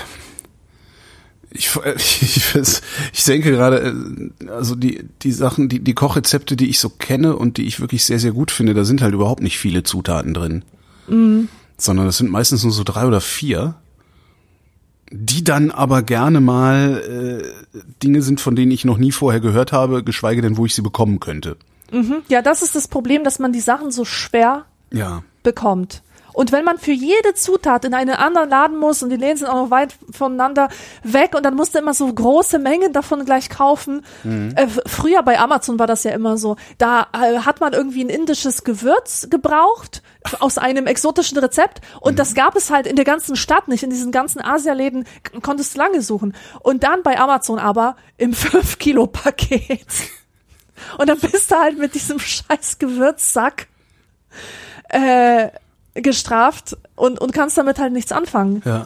ich denke gerade, also die Sachen, die Kochrezepte, die ich so kenne und die ich wirklich sehr, sehr gut finde, da sind halt überhaupt nicht viele Zutaten drin. Sondern das sind meistens nur so 3 oder 4. Die dann aber gerne mal Dinge sind, von denen ich noch nie vorher gehört habe, geschweige denn, wo ich sie bekommen könnte.
Ja, das ist das Problem, dass man die Sachen so schwer bekommt. Und wenn man für jede Zutat in einen anderen Laden muss und die Läden sind auch noch weit voneinander weg und dann musst du immer so große Mengen davon gleich kaufen. Früher bei Amazon war das ja immer so. Da hat man irgendwie ein indisches Gewürz gebraucht aus einem exotischen Rezept und das gab es halt in der ganzen Stadt nicht. In diesen ganzen Asialäden konntest du lange suchen. Und dann bei Amazon aber im 5-Kilo-Paket. Und dann bist du halt mit diesem scheiß Gewürzsack gestraft und kannst damit halt nichts anfangen.
Ja.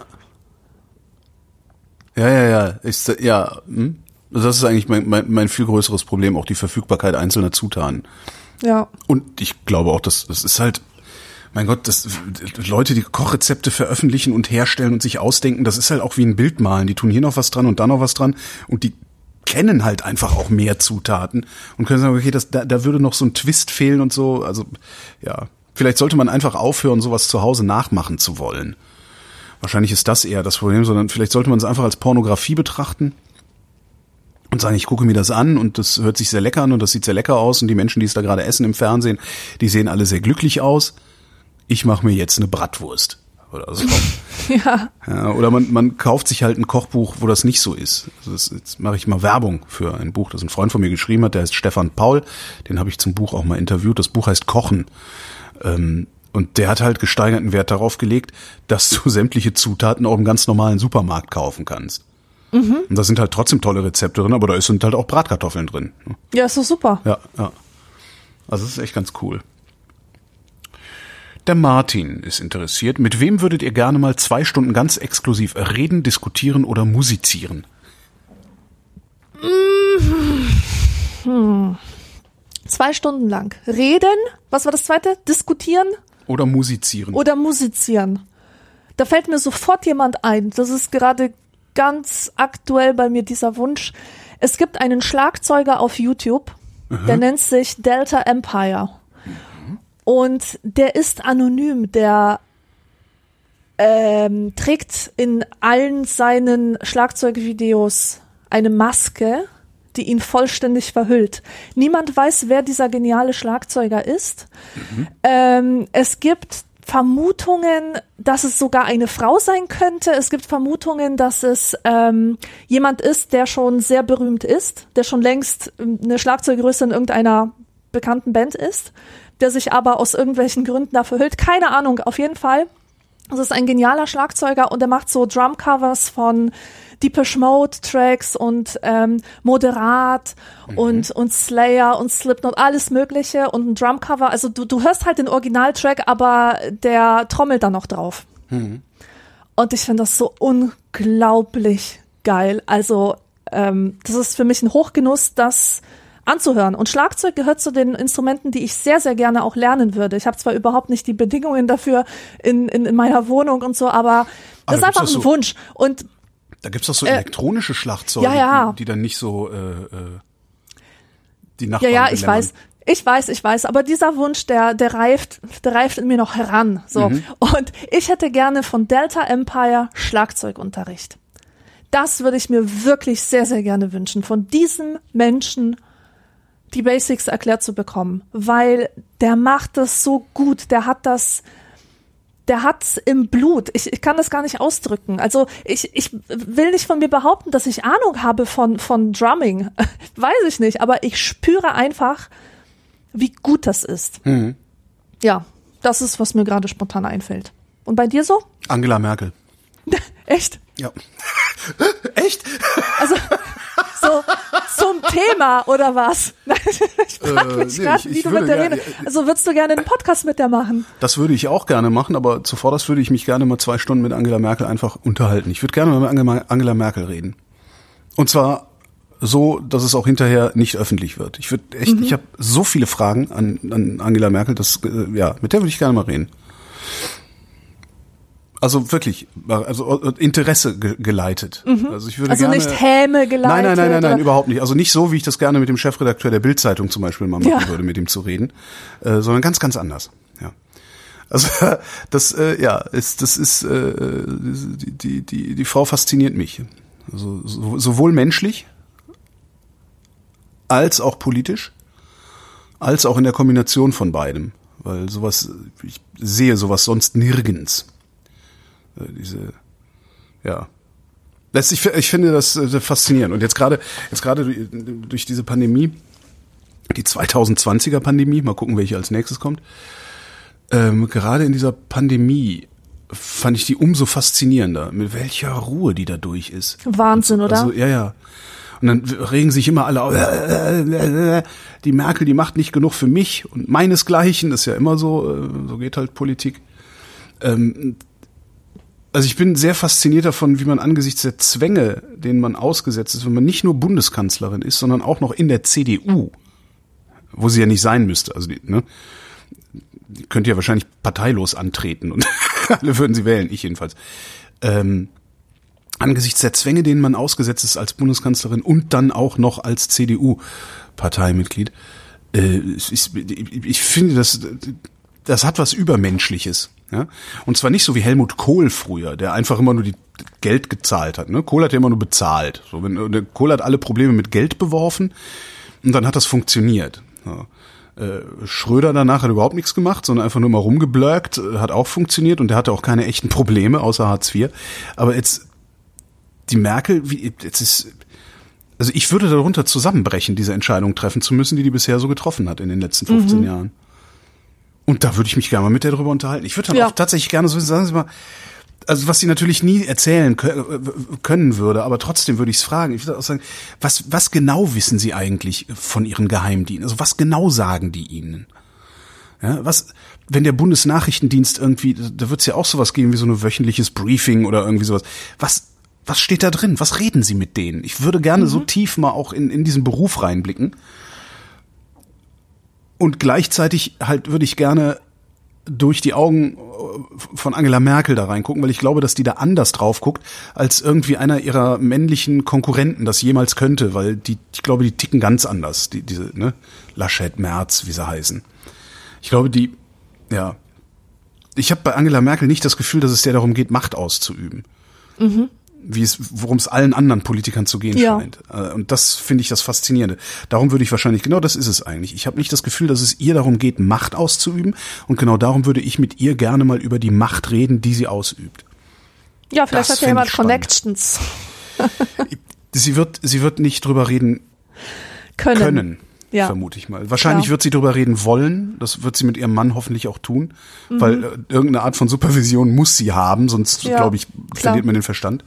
Das ist eigentlich mein viel größeres Problem, auch die Verfügbarkeit einzelner Zutaten.
Ja.
Und ich glaube auch, das ist halt, mein Gott, Leute, die Kochrezepte veröffentlichen und herstellen und sich ausdenken, das ist halt auch wie ein Bild malen. Die tun hier noch was dran und da noch was dran und die kennen halt einfach auch mehr Zutaten und können sagen, okay, da würde noch so ein Twist fehlen und so. Also, ja. Vielleicht sollte man einfach aufhören, sowas zu Hause nachmachen zu wollen. Wahrscheinlich ist das eher das Problem, sondern vielleicht sollte man es einfach als Pornografie betrachten und sagen, ich gucke mir das an und das hört sich sehr lecker an und das sieht sehr lecker aus und die Menschen, die es da gerade essen im Fernsehen, die sehen alle sehr glücklich aus. Ich mache mir jetzt eine Bratwurst oder so.
Ja,
oder man kauft sich halt ein Kochbuch, wo das nicht so ist. Also jetzt mache ich mal Werbung für ein Buch, das ein Freund von mir geschrieben hat, der heißt Stefan Paul, den habe ich zum Buch auch mal interviewt. Das Buch heißt Kochen. Und der hat halt gesteigerten Wert darauf gelegt, dass du sämtliche Zutaten auch im ganz normalen Supermarkt kaufen kannst. Und da sind halt trotzdem tolle Rezepte drin, aber da sind halt auch Bratkartoffeln drin.
Ja, ist doch super.
Ja. Also das ist echt ganz cool. Der Martin ist interessiert. Mit wem würdet ihr gerne mal 2 Stunden ganz exklusiv reden, diskutieren oder musizieren?
2 Stunden lang. Reden, was war das zweite? Diskutieren?
Oder musizieren.
Da fällt mir sofort jemand ein. Das ist gerade ganz aktuell bei mir dieser Wunsch. Es gibt einen Schlagzeuger auf YouTube, der nennt sich Delta Empire. Und der ist anonym, der trägt in allen seinen Schlagzeugvideos eine Maske, die ihn vollständig verhüllt. Niemand weiß, wer dieser geniale Schlagzeuger ist. Es gibt Vermutungen, dass es sogar eine Frau sein könnte. Es gibt Vermutungen, dass es jemand ist, der schon sehr berühmt ist, der schon längst eine Schlagzeuggröße in irgendeiner bekannten Band ist, der sich aber aus irgendwelchen Gründen da verhüllt. Keine Ahnung, auf jeden Fall. Das ist ein genialer Schlagzeuger und der macht so Drumcovers von Depeche Mode Tracks und Moderat und Slayer und Slipknot, alles Mögliche und ein Drumcover. Also du hörst halt den Originaltrack, aber der trommelt da noch drauf. Und ich finde das so unglaublich geil. Also das ist für mich ein Hochgenuss, das anzuhören. Und Schlagzeug gehört zu den Instrumenten, die ich sehr, sehr gerne auch lernen würde. Ich habe zwar überhaupt nicht die Bedingungen dafür in meiner Wohnung und so, aber das ist einfach ein Wunsch. Und
da gibt's doch so elektronische Schlagzeuge, die dann nicht so die Nachbarn
belämmern. Ich weiß, aber dieser Wunsch, der reift in mir noch heran. So. Und ich hätte gerne von Delta Empire Schlagzeugunterricht. Das würde ich mir wirklich sehr, sehr gerne wünschen, von diesem Menschen die Basics erklärt zu bekommen, weil der macht das so gut, der hat's im Blut. Ich kann das gar nicht ausdrücken. Also ich will nicht von mir behaupten, dass ich Ahnung habe von Drumming. Weiß ich nicht, aber ich spüre einfach, wie gut das ist. Ja, das ist, was mir gerade spontan einfällt. Und bei dir so?
Angela Merkel.
Echt?
Ja. Echt?
Also so zum Thema oder was? Ich frage mich gerade, wie du mit der redest. Also würdest du gerne einen Podcast mit der machen?
Das würde ich auch gerne machen, aber zuvor das würde ich mich gerne mal 2 Stunden mit Angela Merkel einfach unterhalten. Ich würde gerne mal mit Angela Merkel reden. Und zwar so, dass es auch hinterher nicht öffentlich wird. Ich habe so viele Fragen an Angela Merkel, mit der würde ich gerne mal reden. Also wirklich, Interesse geleitet. Also ich würde gerne,
nicht Häme geleitet.
Nein, überhaupt nicht. Also nicht so, wie ich das gerne mit dem Chefredakteur der Bild-Zeitung zum Beispiel mal machen würde, mit ihm zu reden, sondern ganz, ganz anders. Ja. Also die Frau fasziniert mich. Also sowohl menschlich als auch politisch, als auch in der Kombination von beidem, weil ich sehe sowas sonst nirgends. Ich finde das faszinierend. Und jetzt gerade durch diese Pandemie, die 2020er Pandemie, mal gucken, welche als nächstes kommt, gerade in dieser Pandemie fand ich die umso faszinierender, mit welcher Ruhe die da durch ist.
Wahnsinn, oder?
Also, ja. Und dann regen sich immer alle auf, die Merkel, die macht nicht genug für mich und meinesgleichen, das ist ja immer so, so geht halt Politik. Also ich bin sehr fasziniert davon, wie man angesichts der Zwänge, denen man ausgesetzt ist, wenn man nicht nur Bundeskanzlerin ist, sondern auch noch in der CDU, wo sie ja nicht sein müsste. Also die könnte ja wahrscheinlich parteilos antreten und alle würden sie wählen, ich jedenfalls. Angesichts der Zwänge, denen man ausgesetzt ist als Bundeskanzlerin und dann auch noch als CDU-Parteimitglied, ich finde, das hat was Übermenschliches. Ja? Und zwar nicht so wie Helmut Kohl früher, der einfach immer nur die Geld gezahlt hat. Ne? Kohl hat ja immer nur bezahlt. Kohl hat alle Probleme mit Geld beworfen und dann hat das funktioniert. Ja. Schröder danach hat überhaupt nichts gemacht, sondern einfach nur mal rumgeblöckt, hat auch funktioniert und der hatte auch keine echten Probleme außer Hartz IV. Aber jetzt die Merkel, also ich würde darunter zusammenbrechen, diese Entscheidung treffen zu müssen, die bisher so getroffen hat in den letzten 15 Jahren. Und da würde ich mich gerne mal mit der drüber unterhalten. Ich würde dann auch tatsächlich gerne so sagen Sie mal, also was sie natürlich nie erzählen können würde, aber trotzdem würde ich es fragen. Ich würde auch sagen, was genau wissen Sie eigentlich von Ihren Geheimdiensten? Also was genau sagen die Ihnen? Ja, wenn der Bundesnachrichtendienst irgendwie, da wird es ja auch sowas geben wie so ein wöchentliches Briefing oder irgendwie sowas. Was steht da drin? Was reden Sie mit denen? Ich würde gerne so tief mal auch in diesen Beruf reinblicken. Und gleichzeitig halt würde ich gerne durch die Augen von Angela Merkel da reingucken, weil ich glaube, dass die da anders drauf guckt, als irgendwie einer ihrer männlichen Konkurrenten das jemals könnte, weil ich glaube, die ticken ganz anders, diese Laschet, Merz, wie sie heißen. Ich glaube, ich habe bei Angela Merkel nicht das Gefühl, dass es der darum geht, Macht auszuüben. Worum es allen anderen Politikern zu gehen scheint. Und das finde ich das Faszinierende. Darum würde ich wahrscheinlich, genau das ist es eigentlich. Ich habe nicht das Gefühl, dass es ihr darum geht, Macht auszuüben. Und genau darum würde ich mit ihr gerne mal über die Macht reden, die sie ausübt.
Ja, vielleicht hat ja jemand Connections.
Sie wird nicht drüber reden können. Ja. Vermute ich mal. Wahrscheinlich wird sie drüber reden wollen. Das wird sie mit ihrem Mann hoffentlich auch tun, weil irgendeine Art von Supervision muss sie haben, sonst glaube ich, verliert man den Verstand.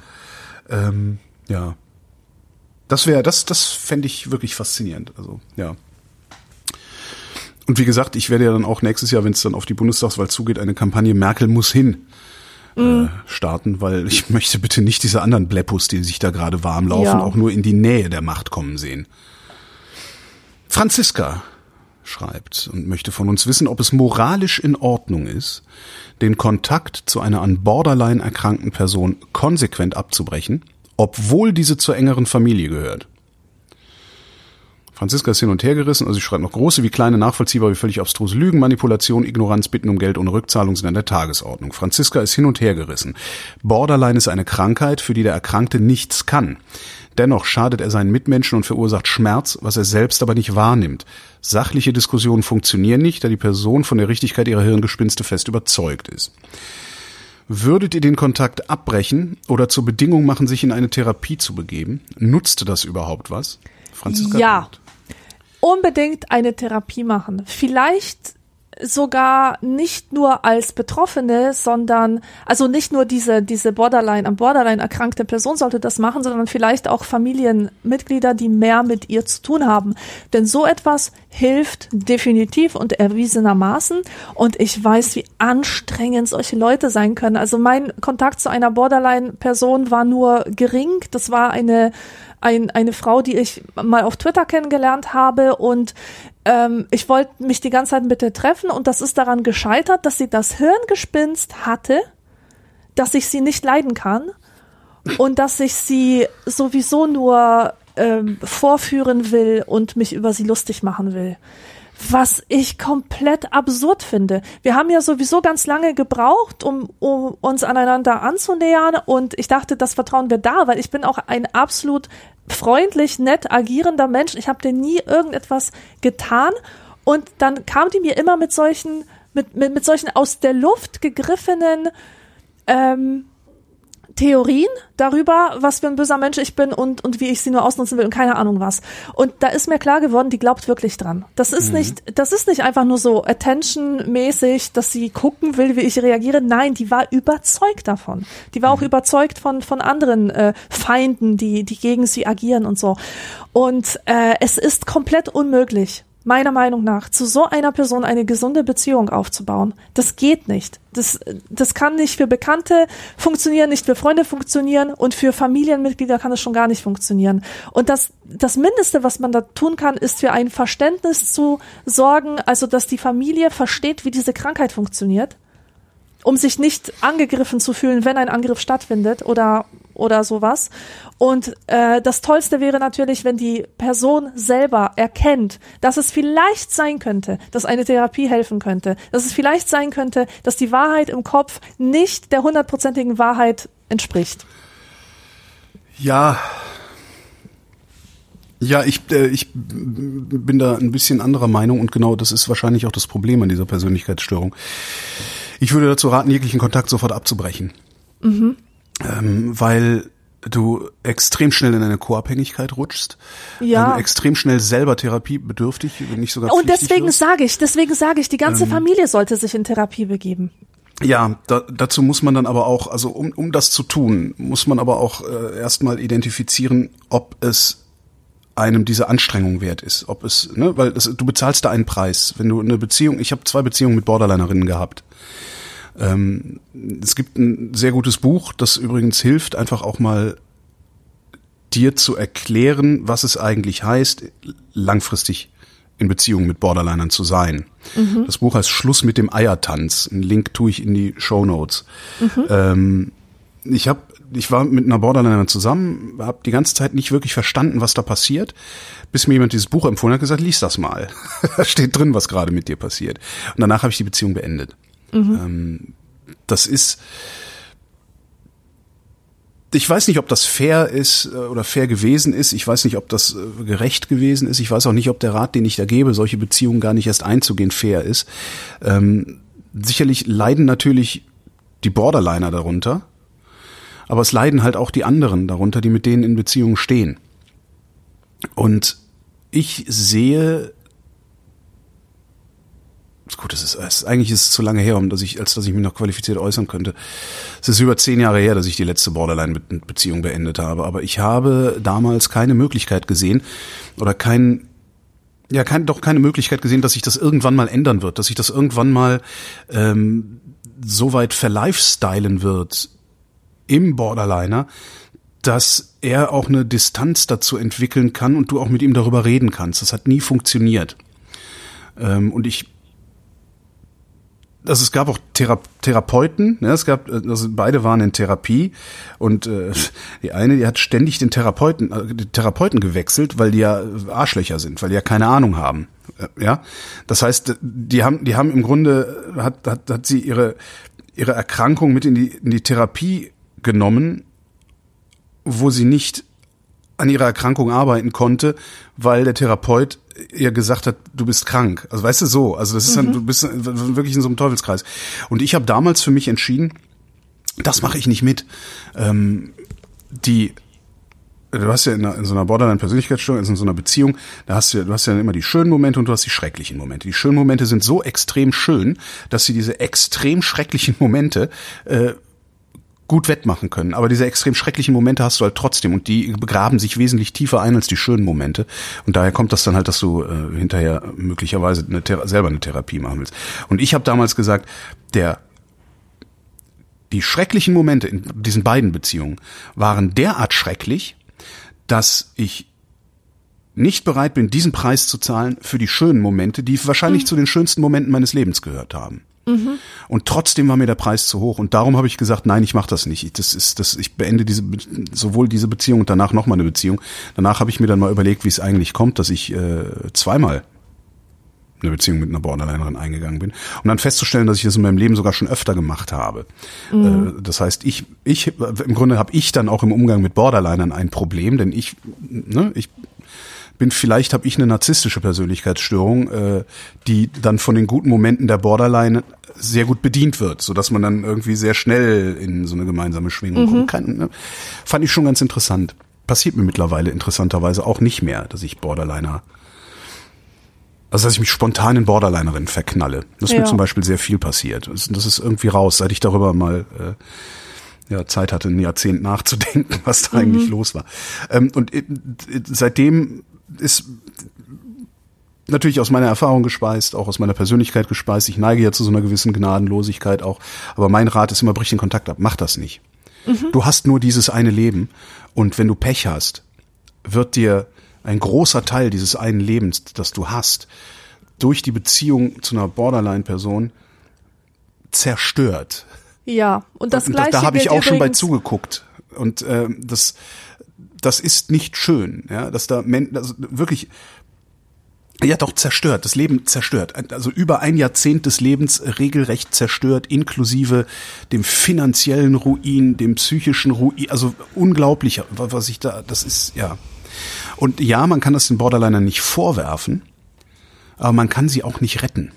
Das fände ich wirklich faszinierend. Also, ja. Und wie gesagt, ich werde ja dann auch nächstes Jahr, wenn es dann auf die Bundestagswahl zugeht, eine Kampagne Merkel muss hin starten, weil ich möchte bitte nicht diese anderen Bleppus, die sich da gerade warm laufen, auch nur in die Nähe der Macht kommen sehen. Franziska schreibt und möchte von uns wissen, ob es moralisch in Ordnung ist, den Kontakt zu einer an Borderline erkrankten Person konsequent abzubrechen, obwohl diese zur engeren Familie gehört. Franziska ist hin und her gerissen, also sie schreibt noch, große wie kleine, nachvollziehbar wie völlig abstruse Lügen, Manipulation, Ignoranz, Bitten um Geld ohne Rückzahlung sind an der Tagesordnung. Franziska ist hin und her gerissen. Borderline ist eine Krankheit, für die der Erkrankte nichts kann. Dennoch schadet er seinen Mitmenschen und verursacht Schmerz, was er selbst aber nicht wahrnimmt. Sachliche Diskussionen funktionieren nicht, da die Person von der Richtigkeit ihrer Hirngespinste fest überzeugt ist. Würdet ihr den Kontakt abbrechen oder zur Bedingung machen, sich in eine Therapie zu begeben? Nutzte das überhaupt was? Franziska?
Ja. Unbedingt eine Therapie machen. Vielleicht sogar nicht nur als Betroffene, sondern, also nicht nur diese am Borderline erkrankte Person sollte das machen, sondern vielleicht auch Familienmitglieder, die mehr mit ihr zu tun haben. Denn so etwas hilft definitiv und erwiesenermaßen. Und ich weiß, wie anstrengend solche Leute sein können. Also mein Kontakt zu einer Borderline-Person war nur gering. Das war eine Frau, die ich mal auf Twitter kennengelernt habe und ich wollte mich die ganze Zeit mit ihr treffen und das ist daran gescheitert, dass sie das Hirngespinst hatte, dass ich sie nicht leiden kann und dass ich sie sowieso nur vorführen will und mich über sie lustig machen will. Was ich komplett absurd finde. Wir haben ja sowieso ganz lange gebraucht, um uns aneinander anzunähern und ich dachte, das Vertrauen wäre da, weil ich bin auch ein absolut freundlich, nett agierender Mensch. Ich habe dir nie irgendetwas getan und dann kam die mir immer mit solchen aus der Luft gegriffenen Theorien darüber, was für ein böser Mensch ich bin und wie ich sie nur ausnutzen will und keine Ahnung was. Und da ist mir klar geworden, die glaubt wirklich dran. Das ist nicht einfach nur so attention-mäßig, dass sie gucken will, wie ich reagiere. Nein, die war überzeugt davon. Die war auch überzeugt von anderen Feinden, die gegen sie agieren und so. Und es ist komplett unmöglich, meiner Meinung nach, zu so einer Person eine gesunde Beziehung aufzubauen. Das geht nicht. Das kann nicht für Bekannte funktionieren, nicht für Freunde funktionieren und für Familienmitglieder kann es schon gar nicht funktionieren. Und das Mindeste, was man da tun kann, ist für ein Verständnis zu sorgen, also dass die Familie versteht, wie diese Krankheit funktioniert, um sich nicht angegriffen zu fühlen, wenn ein Angriff stattfindet oder sowas. Und das Tollste wäre natürlich, wenn die Person selber erkennt, dass es vielleicht sein könnte, dass eine Therapie helfen könnte, dass es vielleicht sein könnte, dass die Wahrheit im Kopf nicht der 100%igen Wahrheit entspricht.
Ja, ich bin da ein bisschen anderer Meinung und genau das ist wahrscheinlich auch das Problem an dieser Persönlichkeitsstörung. Ich würde dazu raten, jeglichen Kontakt sofort abzubrechen. Mhm. Weil du extrem schnell in eine Co-Abhängigkeit rutschst, extrem schnell selber therapiebedürftig, wenn nicht sogar
und deswegen sage ich, die ganze Familie sollte sich in Therapie begeben.
Ja, dazu muss man dann aber auch, also um das zu tun, muss man aber auch erstmal identifizieren, ob es einem diese Anstrengung wert ist, ob es, ne, weil du bezahlst da einen Preis, wenn du eine Beziehung, ich habe 2 Beziehungen mit Borderlinerinnen gehabt. Es gibt ein sehr gutes Buch, das übrigens hilft, einfach auch mal dir zu erklären, was es eigentlich heißt, langfristig in Beziehung mit Borderlinern zu sein. Mhm. Das Buch heißt Schluss mit dem Eiertanz. Einen Link tue ich in die Shownotes. Mhm. Ich war mit einer Borderlinerin zusammen, habe die ganze Zeit nicht wirklich verstanden, was da passiert, bis mir jemand dieses Buch empfohlen hat, gesagt, lies das mal. Da steht drin, was gerade mit dir passiert. Und danach habe ich die Beziehung beendet. Mhm. Das ist, ich weiß nicht, ob das fair ist oder fair gewesen ist. Ich weiß nicht, ob das gerecht gewesen ist. Ich weiß auch nicht, ob der Rat, den ich da gebe, solche Beziehungen gar nicht erst einzugehen, fair ist. Sicherlich leiden natürlich die Borderliner darunter, aber es leiden halt auch die anderen darunter, die mit denen in Beziehungen stehen. Und ich sehe, gut, eigentlich ist es zu lange her, als dass ich mich noch qualifiziert äußern könnte. Es ist über 10 Jahre her, dass ich die letzte Borderline-Beziehung beendet habe, aber ich habe damals keine Möglichkeit gesehen oder keine Möglichkeit gesehen, dass sich das irgendwann mal ändern wird, dass sich das irgendwann mal so weit verlifestylen wird im Borderliner, dass er auch eine Distanz dazu entwickeln kann und du auch mit ihm darüber reden kannst. Das hat nie funktioniert. Und ich Also es gab auch Therapeuten, ne? Also beide waren in Therapie und die eine, die hat ständig den Therapeuten gewechselt, weil die ja Arschlöcher sind, weil die ja keine Ahnung haben. Ja, das heißt, die haben im Grunde hat sie ihre Erkrankung mit in die Therapie genommen, wo sie nicht an ihrer Erkrankung arbeiten konnte, weil der Therapeut ihr gesagt hat, du bist krank. Also weißt du so, also das ist dann, du bist wirklich in so einem Teufelskreis. Und ich habe damals für mich entschieden, das mache ich nicht mit. Du hast ja in so einer Borderline-Persönlichkeitsstörung, in so einer Beziehung, du hast ja immer die schönen Momente und du hast die schrecklichen Momente. Die schönen Momente sind so extrem schön, dass sie diese extrem schrecklichen Momente gut wettmachen können. Aber diese extrem schrecklichen Momente hast du halt trotzdem und die begraben sich wesentlich tiefer ein als die schönen Momente. Und daher kommt das dann halt, dass du hinterher möglicherweise selber eine Therapie machen willst. Und ich habe damals gesagt, die schrecklichen Momente in diesen beiden Beziehungen waren derart schrecklich, dass ich nicht bereit bin, diesen Preis zu zahlen für die schönen Momente, die wahrscheinlich zu den schönsten Momenten meines Lebens gehört haben. Und trotzdem war mir der Preis zu hoch und darum habe ich gesagt, nein, ich mache das nicht. Ich beende sowohl diese Beziehung und danach nochmal eine Beziehung. Danach habe ich mir dann mal überlegt, wie es eigentlich kommt, dass ich zweimal eine Beziehung mit einer Borderlinerin eingegangen bin, um dann festzustellen, dass ich das in meinem Leben sogar schon öfter gemacht habe. Das heißt, im Grunde habe ich dann auch im Umgang mit Borderlinern ein Problem, denn vielleicht habe ich eine narzisstische Persönlichkeitsstörung, die dann von den guten Momenten der Borderline sehr gut bedient wird, sodass man dann irgendwie sehr schnell in so eine gemeinsame Schwingung kommen kann. Ne? Fand ich schon ganz interessant. Passiert mir mittlerweile interessanterweise auch nicht mehr, dass ich dass ich mich spontan in Borderlinerinnen verknalle. Das ist mir zum Beispiel sehr viel passiert. Das ist irgendwie raus, seit ich darüber mal Zeit hatte, ein Jahrzehnt nachzudenken, was da eigentlich los war. Und seitdem ist natürlich aus meiner Erfahrung gespeist, auch aus meiner Persönlichkeit gespeist. Ich neige ja zu so einer gewissen Gnadenlosigkeit auch. Aber mein Rat ist immer, brich den Kontakt ab. Mach das nicht. Du hast nur dieses eine Leben. Und wenn du Pech hast, wird dir ein großer Teil dieses einen Lebens, das du hast, durch die Beziehung zu einer Borderline-Person zerstört.
Ja, und das Gleiche
da habe ich auch schon bei zugeguckt. Und das ist nicht schön, ja, dass da wirklich zerstört, das Leben zerstört. Also über ein Jahrzehnt des Lebens regelrecht zerstört, inklusive dem finanziellen Ruin, dem psychischen Ruin, also unglaublich, das ist, ja. Und ja, man kann das den Borderlinern nicht vorwerfen, aber man kann sie auch nicht retten.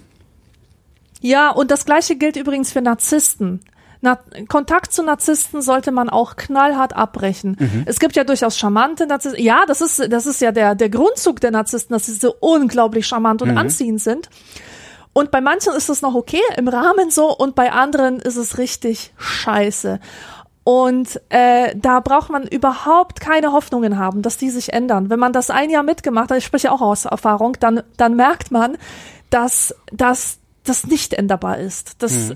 Ja, und das Gleiche gilt übrigens für Narzissten. Kontakt zu Narzissten sollte man auch knallhart abbrechen. Es gibt ja durchaus charmante Narzissten. Ja, das ist ja der Grundzug der Narzissten, dass sie so unglaublich charmant und anziehend sind. Und bei manchen ist es noch okay, im Rahmen so, und bei anderen ist es richtig scheiße. Und da braucht man überhaupt keine Hoffnungen haben, dass die sich ändern. Wenn man das ein Jahr mitgemacht hat, ich spreche auch aus Erfahrung, dann merkt man, dass das nicht änderbar ist.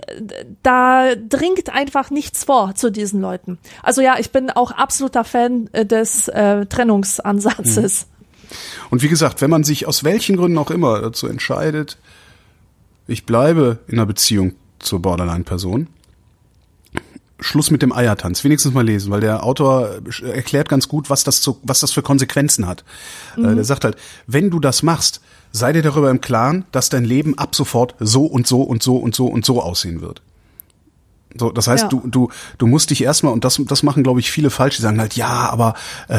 Da dringt einfach nichts vor zu diesen Leuten. Also ja, ich bin auch absoluter Fan des Trennungsansatzes.
Und wie gesagt, wenn man sich aus welchen Gründen auch immer dazu entscheidet, ich bleibe in einer Beziehung zur Borderline-Person, Schluss mit dem Eiertanz, wenigstens mal lesen, weil der Autor erklärt ganz gut, was das für Konsequenzen hat. Der sagt halt, wenn du das machst, sei dir darüber im Klaren, dass dein Leben ab sofort so und so und so und so und so aussehen wird. So, das heißt, du musst dich erstmal, und das machen, glaube ich, viele falsch, die sagen halt, ja, aber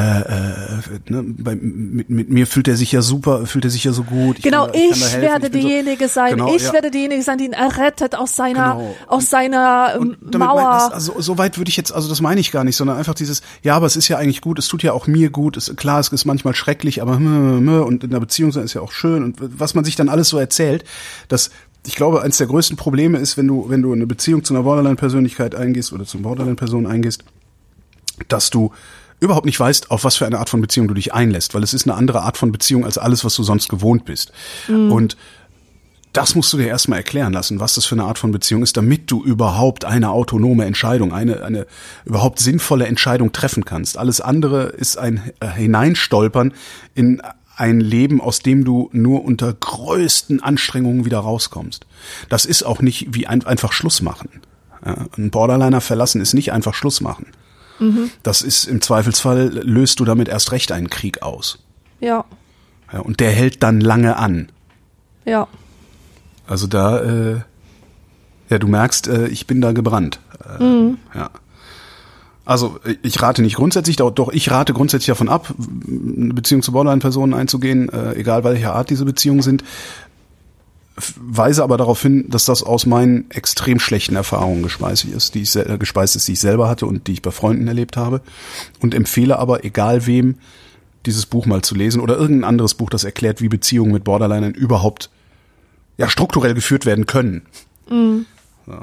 mit mir fühlt er sich ja so gut.
Ich werde diejenige sein, werde diejenige sein, die ihn errettet aus seiner Mauer.
So weit würde ich jetzt, also das meine ich gar nicht, sondern einfach dieses, ja, aber es ist ja eigentlich gut, es tut ja auch mir gut, klar, es ist manchmal schrecklich, aber und in der Beziehung sein ist ja auch schön, und was man sich dann alles so erzählt, ich glaube, eines der größten Probleme ist, wenn du eine Beziehung zu einer Borderline-Persönlichkeit eingehst oder zu einer Borderline-Person eingehst, dass du überhaupt nicht weißt, auf was für eine Art von Beziehung du dich einlässt, weil es ist eine andere Art von Beziehung als alles, was du sonst gewohnt bist. Und das musst du dir erstmal erklären lassen, was das für eine Art von Beziehung ist, damit du überhaupt eine autonome Entscheidung, eine überhaupt sinnvolle Entscheidung treffen kannst. Alles andere ist ein Hineinstolpern in ein Leben, aus dem du nur unter größten Anstrengungen wieder rauskommst. Das ist auch nicht wie einfach Schluss machen. Ja, ein Borderliner verlassen ist nicht einfach Schluss machen. Das ist im Zweifelsfall, löst du damit erst recht einen Krieg aus.
Ja.
Ja, und der hält dann lange an.
Ja.
Also da, ja, du merkst, ich bin da gebrannt. Ja. Also ich rate nicht grundsätzlich, doch ich rate grundsätzlich davon ab, eine Beziehung zu Borderline-Personen einzugehen, egal welcher Art diese Beziehungen sind. Weise aber darauf hin, dass das aus meinen extrem schlechten Erfahrungen gespeist ist, die ich selber hatte und die ich bei Freunden erlebt habe. Und empfehle aber, egal wem, dieses Buch mal zu lesen oder irgendein anderes Buch, das erklärt, wie Beziehungen mit Borderlinern überhaupt ja strukturell geführt werden können. So.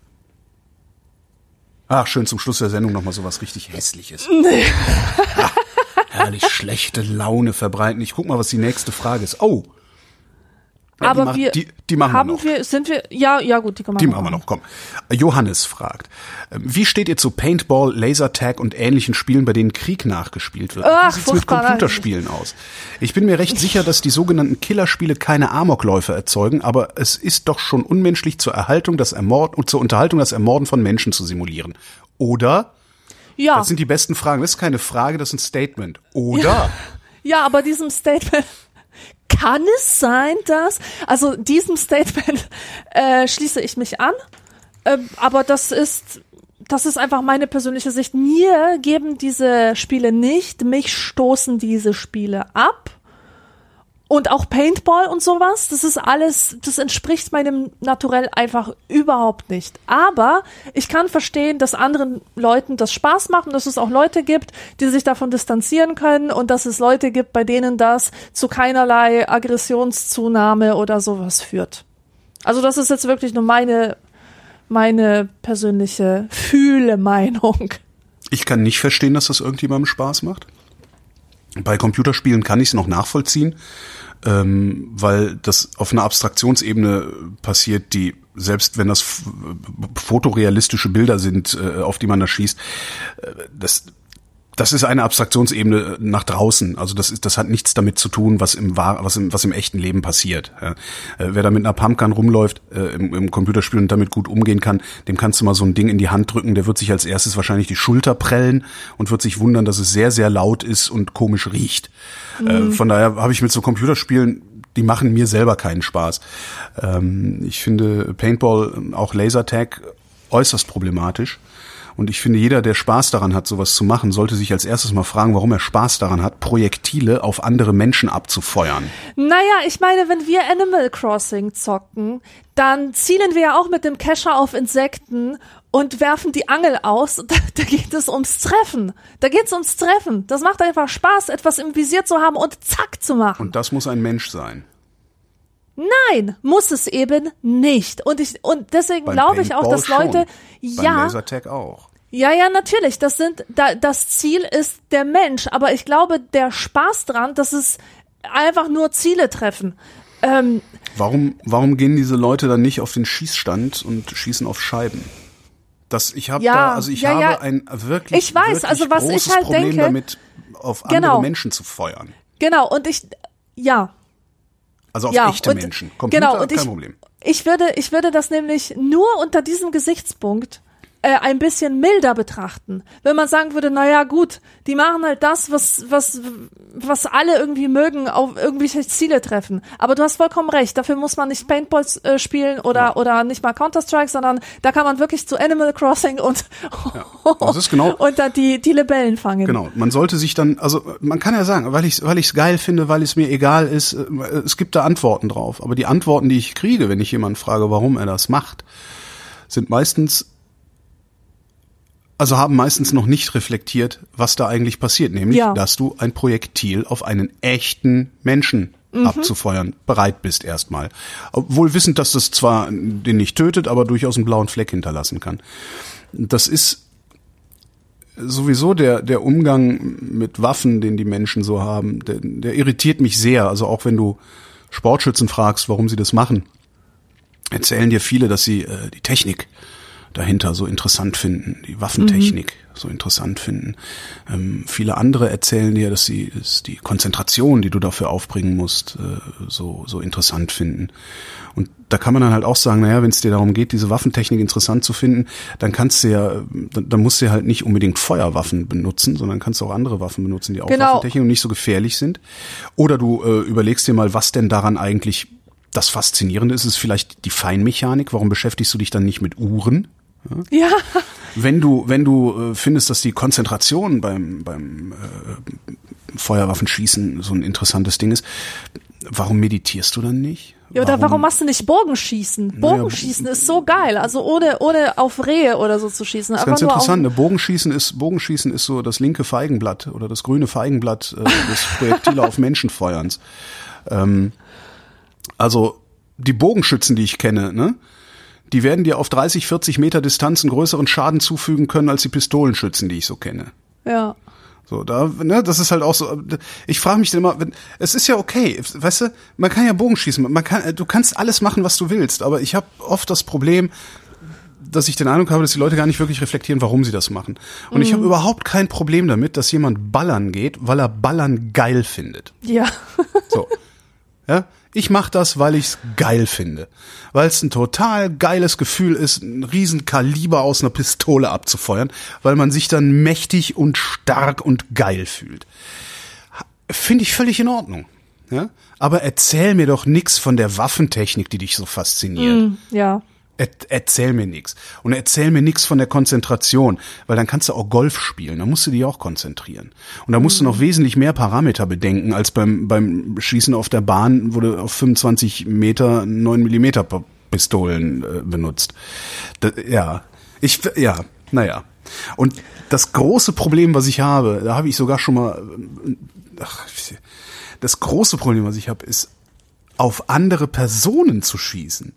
Ach, schön zum Schluss der Sendung nochmal so was richtig Hässliches. Nee. Ach, herrlich schlechte Laune verbreiten. Ich guck mal, was die nächste Frage ist. Oh. Ja,
aber
die machen wir noch.
Ja gut,
die machen wir noch, komm. Johannes fragt, wie steht ihr zu Paintball, Lasertag und ähnlichen Spielen, bei denen Krieg nachgespielt wird? Wie sieht's mit Computerspielen aus? Ich bin mir recht sicher, dass die sogenannten Killerspiele keine Amokläufe erzeugen, aber es ist doch schon unmenschlich zur Unterhaltung das Ermorden von Menschen zu simulieren. Oder? Ja. Das sind die besten Fragen. Das ist keine Frage, das ist ein Statement. Oder?
Ja, aber diesem Statement... Kann es sein, dass, also diesem Statement schließe ich mich an, aber das ist einfach meine persönliche Sicht. Mir geben diese Spiele nicht, mich stoßen diese Spiele ab. Und auch Paintball und sowas, das ist alles, das entspricht meinem Naturell einfach überhaupt nicht. Aber ich kann verstehen, dass anderen Leuten das Spaß macht und dass es auch Leute gibt, die sich davon distanzieren können und dass es Leute gibt, bei denen das zu keinerlei Aggressionszunahme oder sowas führt. Also das ist jetzt wirklich nur meine persönliche Fühle-Meinung.
Ich kann nicht verstehen, dass das irgendjemandem Spaß macht. Bei Computerspielen kann ich es noch nachvollziehen, weil das auf einer Abstraktionsebene passiert, die, selbst wenn das fotorealistische Bilder sind, auf die man da schießt, das ist eine Abstraktionsebene nach draußen. Also das hat nichts damit zu tun, was im echten Leben passiert. Ja. Wer da mit einer Pumpgun rumläuft im Computerspiel und damit gut umgehen kann, dem kannst du mal so ein Ding in die Hand drücken, der wird sich als erstes wahrscheinlich die Schulter prellen und wird sich wundern, dass es sehr, sehr laut ist und komisch riecht. Von daher habe ich mit so Computerspielen, die machen mir selber keinen Spaß. Ich finde Paintball, auch Lasertag, äußerst problematisch. Und ich finde, jeder, der Spaß daran hat, sowas zu machen, sollte sich als erstes mal fragen, warum er Spaß daran hat, Projektile auf andere Menschen abzufeuern.
Naja, ich meine, wenn wir Animal Crossing zocken, dann zielen wir ja auch mit dem Kescher auf Insekten und werfen die Angel aus. Da geht es ums Treffen. Das macht einfach Spaß, etwas im Visier zu haben und zack zu machen.
Und das muss ein Mensch sein.
Nein, muss es eben nicht. Und deswegen glaube ich auch, dass Leute,
beim Lasertag auch.
Ja, natürlich. Das Ziel ist der Mensch. Aber ich glaube, der Spaß dran, dass es einfach nur Ziele treffen.
Warum gehen diese Leute dann nicht auf den Schießstand und schießen auf Scheiben? Ich habe ein wirklich großes Problem damit, auf andere Menschen zu feuern.
Genau,
Also auf echte Menschen. Computer, kein Problem.
Ich würde das nämlich nur unter diesem Gesichtspunkt ein bisschen milder betrachten. Wenn man sagen würde, naja gut, die machen halt das, was alle irgendwie mögen, auf irgendwelche Ziele treffen. Aber du hast vollkommen recht, dafür muss man nicht Paintball spielen oder nicht mal Counter-Strike, sondern da kann man wirklich zu Animal Crossing und
das ist genau,
und da die Libellen fangen.
Genau, man sollte sich dann, also man kann ja sagen, weil ich's geil finde, weil es mir egal ist, es gibt da Antworten drauf. Aber die Antworten, die ich kriege, wenn ich jemanden frage, warum er das macht, haben meistens noch nicht reflektiert, was da eigentlich passiert. Nämlich, dass du ein Projektil auf einen echten Menschen abzufeuern bereit bist erstmal. Obwohl wissend, dass das zwar den nicht tötet, aber durchaus einen blauen Fleck hinterlassen kann. Das ist sowieso der Umgang mit Waffen, den die Menschen so haben, der irritiert mich sehr. Also auch wenn du Sportschützen fragst, warum sie das machen, erzählen dir viele, dass sie die Technik dahinter so interessant finden, die Waffentechnik so interessant finden. Viele andere erzählen dir, dass sie die Konzentration, die du dafür aufbringen musst, so interessant finden. Und da kann man dann halt auch sagen, naja, wenn es dir darum geht, diese Waffentechnik interessant zu finden, dann dann musst du halt nicht unbedingt Feuerwaffen benutzen, sondern kannst auch andere Waffen benutzen, die auch Waffentechnik und nicht so gefährlich sind. Oder du überlegst dir mal, was denn daran eigentlich das Faszinierende ist. Ist vielleicht die Feinmechanik. Warum beschäftigst du dich dann nicht mit Uhren?
Ja.
Wenn du findest, dass die Konzentration beim Feuerwaffenschießen so ein interessantes Ding ist, warum meditierst du dann nicht?
Ja, oder warum machst du nicht Bogenschießen? Bogenschießen ist so geil, also ohne auf Rehe oder so zu schießen.
Das ist ganz interessant. Bogenschießen ist so das linke Feigenblatt oder das grüne Feigenblatt des Projektile auf Menschenfeuerns. Also die Bogenschützen, die ich kenne, ne? Die werden dir auf 30, 40 Meter Distanz einen größeren Schaden zufügen können als die Pistolenschützen, die ich so kenne.
Ja.
So, das ist halt auch so, ich frage mich dann immer, es ist ja okay, weißt du, man kann ja Bogenschießen, du kannst alles machen, was du willst, aber ich habe oft das Problem, dass ich den Eindruck habe, dass die Leute gar nicht wirklich reflektieren, warum sie das machen. Und ich habe überhaupt kein Problem damit, dass jemand ballern geht, weil er Ballern geil findet.
Ja.
So. Ja, ich mache das, weil ich's geil finde. Weil es ein total geiles Gefühl ist, ein riesen Kaliber aus einer Pistole abzufeuern, weil man sich dann mächtig und stark und geil fühlt. Finde ich völlig in Ordnung. Ja? Aber erzähl mir doch nix von der Waffentechnik, die dich so fasziniert.
Ja.
Erzähl mir nix. Und erzähl mir nix von der Konzentration, weil dann kannst du auch Golf spielen, da musst du dich auch konzentrieren. Und da musst du noch wesentlich mehr Parameter bedenken, als beim Schießen auf der Bahn, wo du auf 25 Meter 9 Millimeter Pistolen benutzt. Naja. Und das große Problem, was ich habe, da habe ich sogar schon mal, das große Problem, was ich habe, ist, auf andere Personen zu schießen.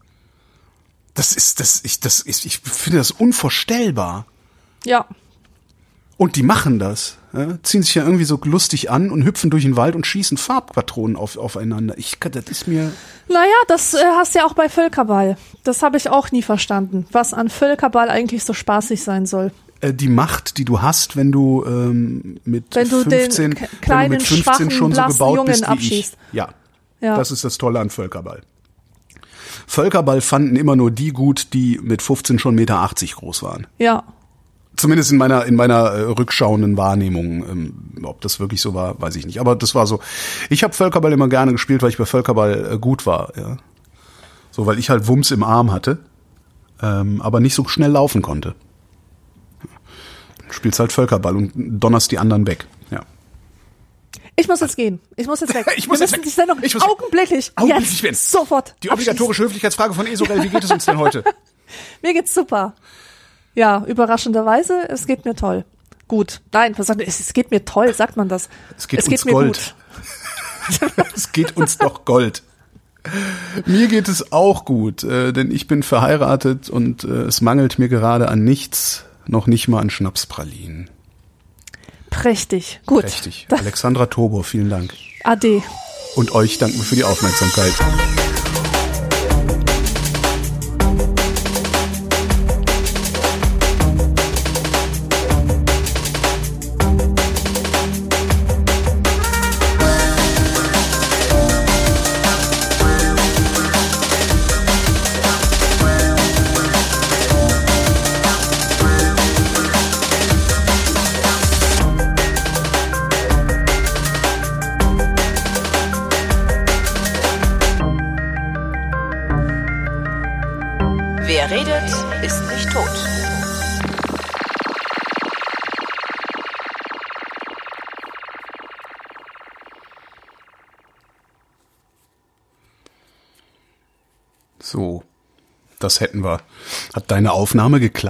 Ich finde das unvorstellbar.
Ja.
Und die machen das. Ja, ziehen sich ja irgendwie so lustig an und hüpfen durch den Wald und schießen Farbpatronen aufeinander. Das ist mir...
Naja, das hast du ja auch bei Völkerball. Das habe ich auch nie verstanden, was an Völkerball eigentlich so spaßig sein soll.
Die Macht, die du hast, wenn du mit 15
den kleinen, schwachen,
schon so gebaut
Jungen
bist wie
abschießt.
ich. Ja, das ist das Tolle an Völkerball. Völkerball fanden immer nur die gut, die mit 15 schon 1,80 Meter groß waren.
Ja.
Zumindest in meiner rückschauenden Wahrnehmung. Ob das wirklich so war, weiß ich nicht. Aber das war so. Ich habe Völkerball immer gerne gespielt, weil ich bei Völkerball gut war. Ja. So, weil ich halt Wumms im Arm hatte, aber nicht so schnell laufen konnte. Du spielst halt Völkerball und donnerst die anderen weg. Ja.
Ich muss jetzt gehen. Ich muss jetzt weg.
Ich muss
Wir
jetzt
müssen
weg.
die Sendung augenblicklich jetzt sofort
Die obligatorische Höflichkeitsfrage von Esorel, wie geht es uns denn heute?
Mir geht's super. Ja, überraschenderweise, es geht mir toll. Gut. Nein, es geht mir toll, sagt man das.
Es geht uns mir Gold. Gut. Es geht uns doch Gold. Mir geht es auch gut, denn ich bin verheiratet und es mangelt mir gerade an nichts, noch nicht mal an Schnapspralinen.
Prächtig, gut.
Prächtig. Alexandra Tobor, vielen Dank.
Ade.
Und euch danken wir für die Aufmerksamkeit.
Wer redet, ist nicht tot.
So, das hätten wir. Hat deine Aufnahme geklappt?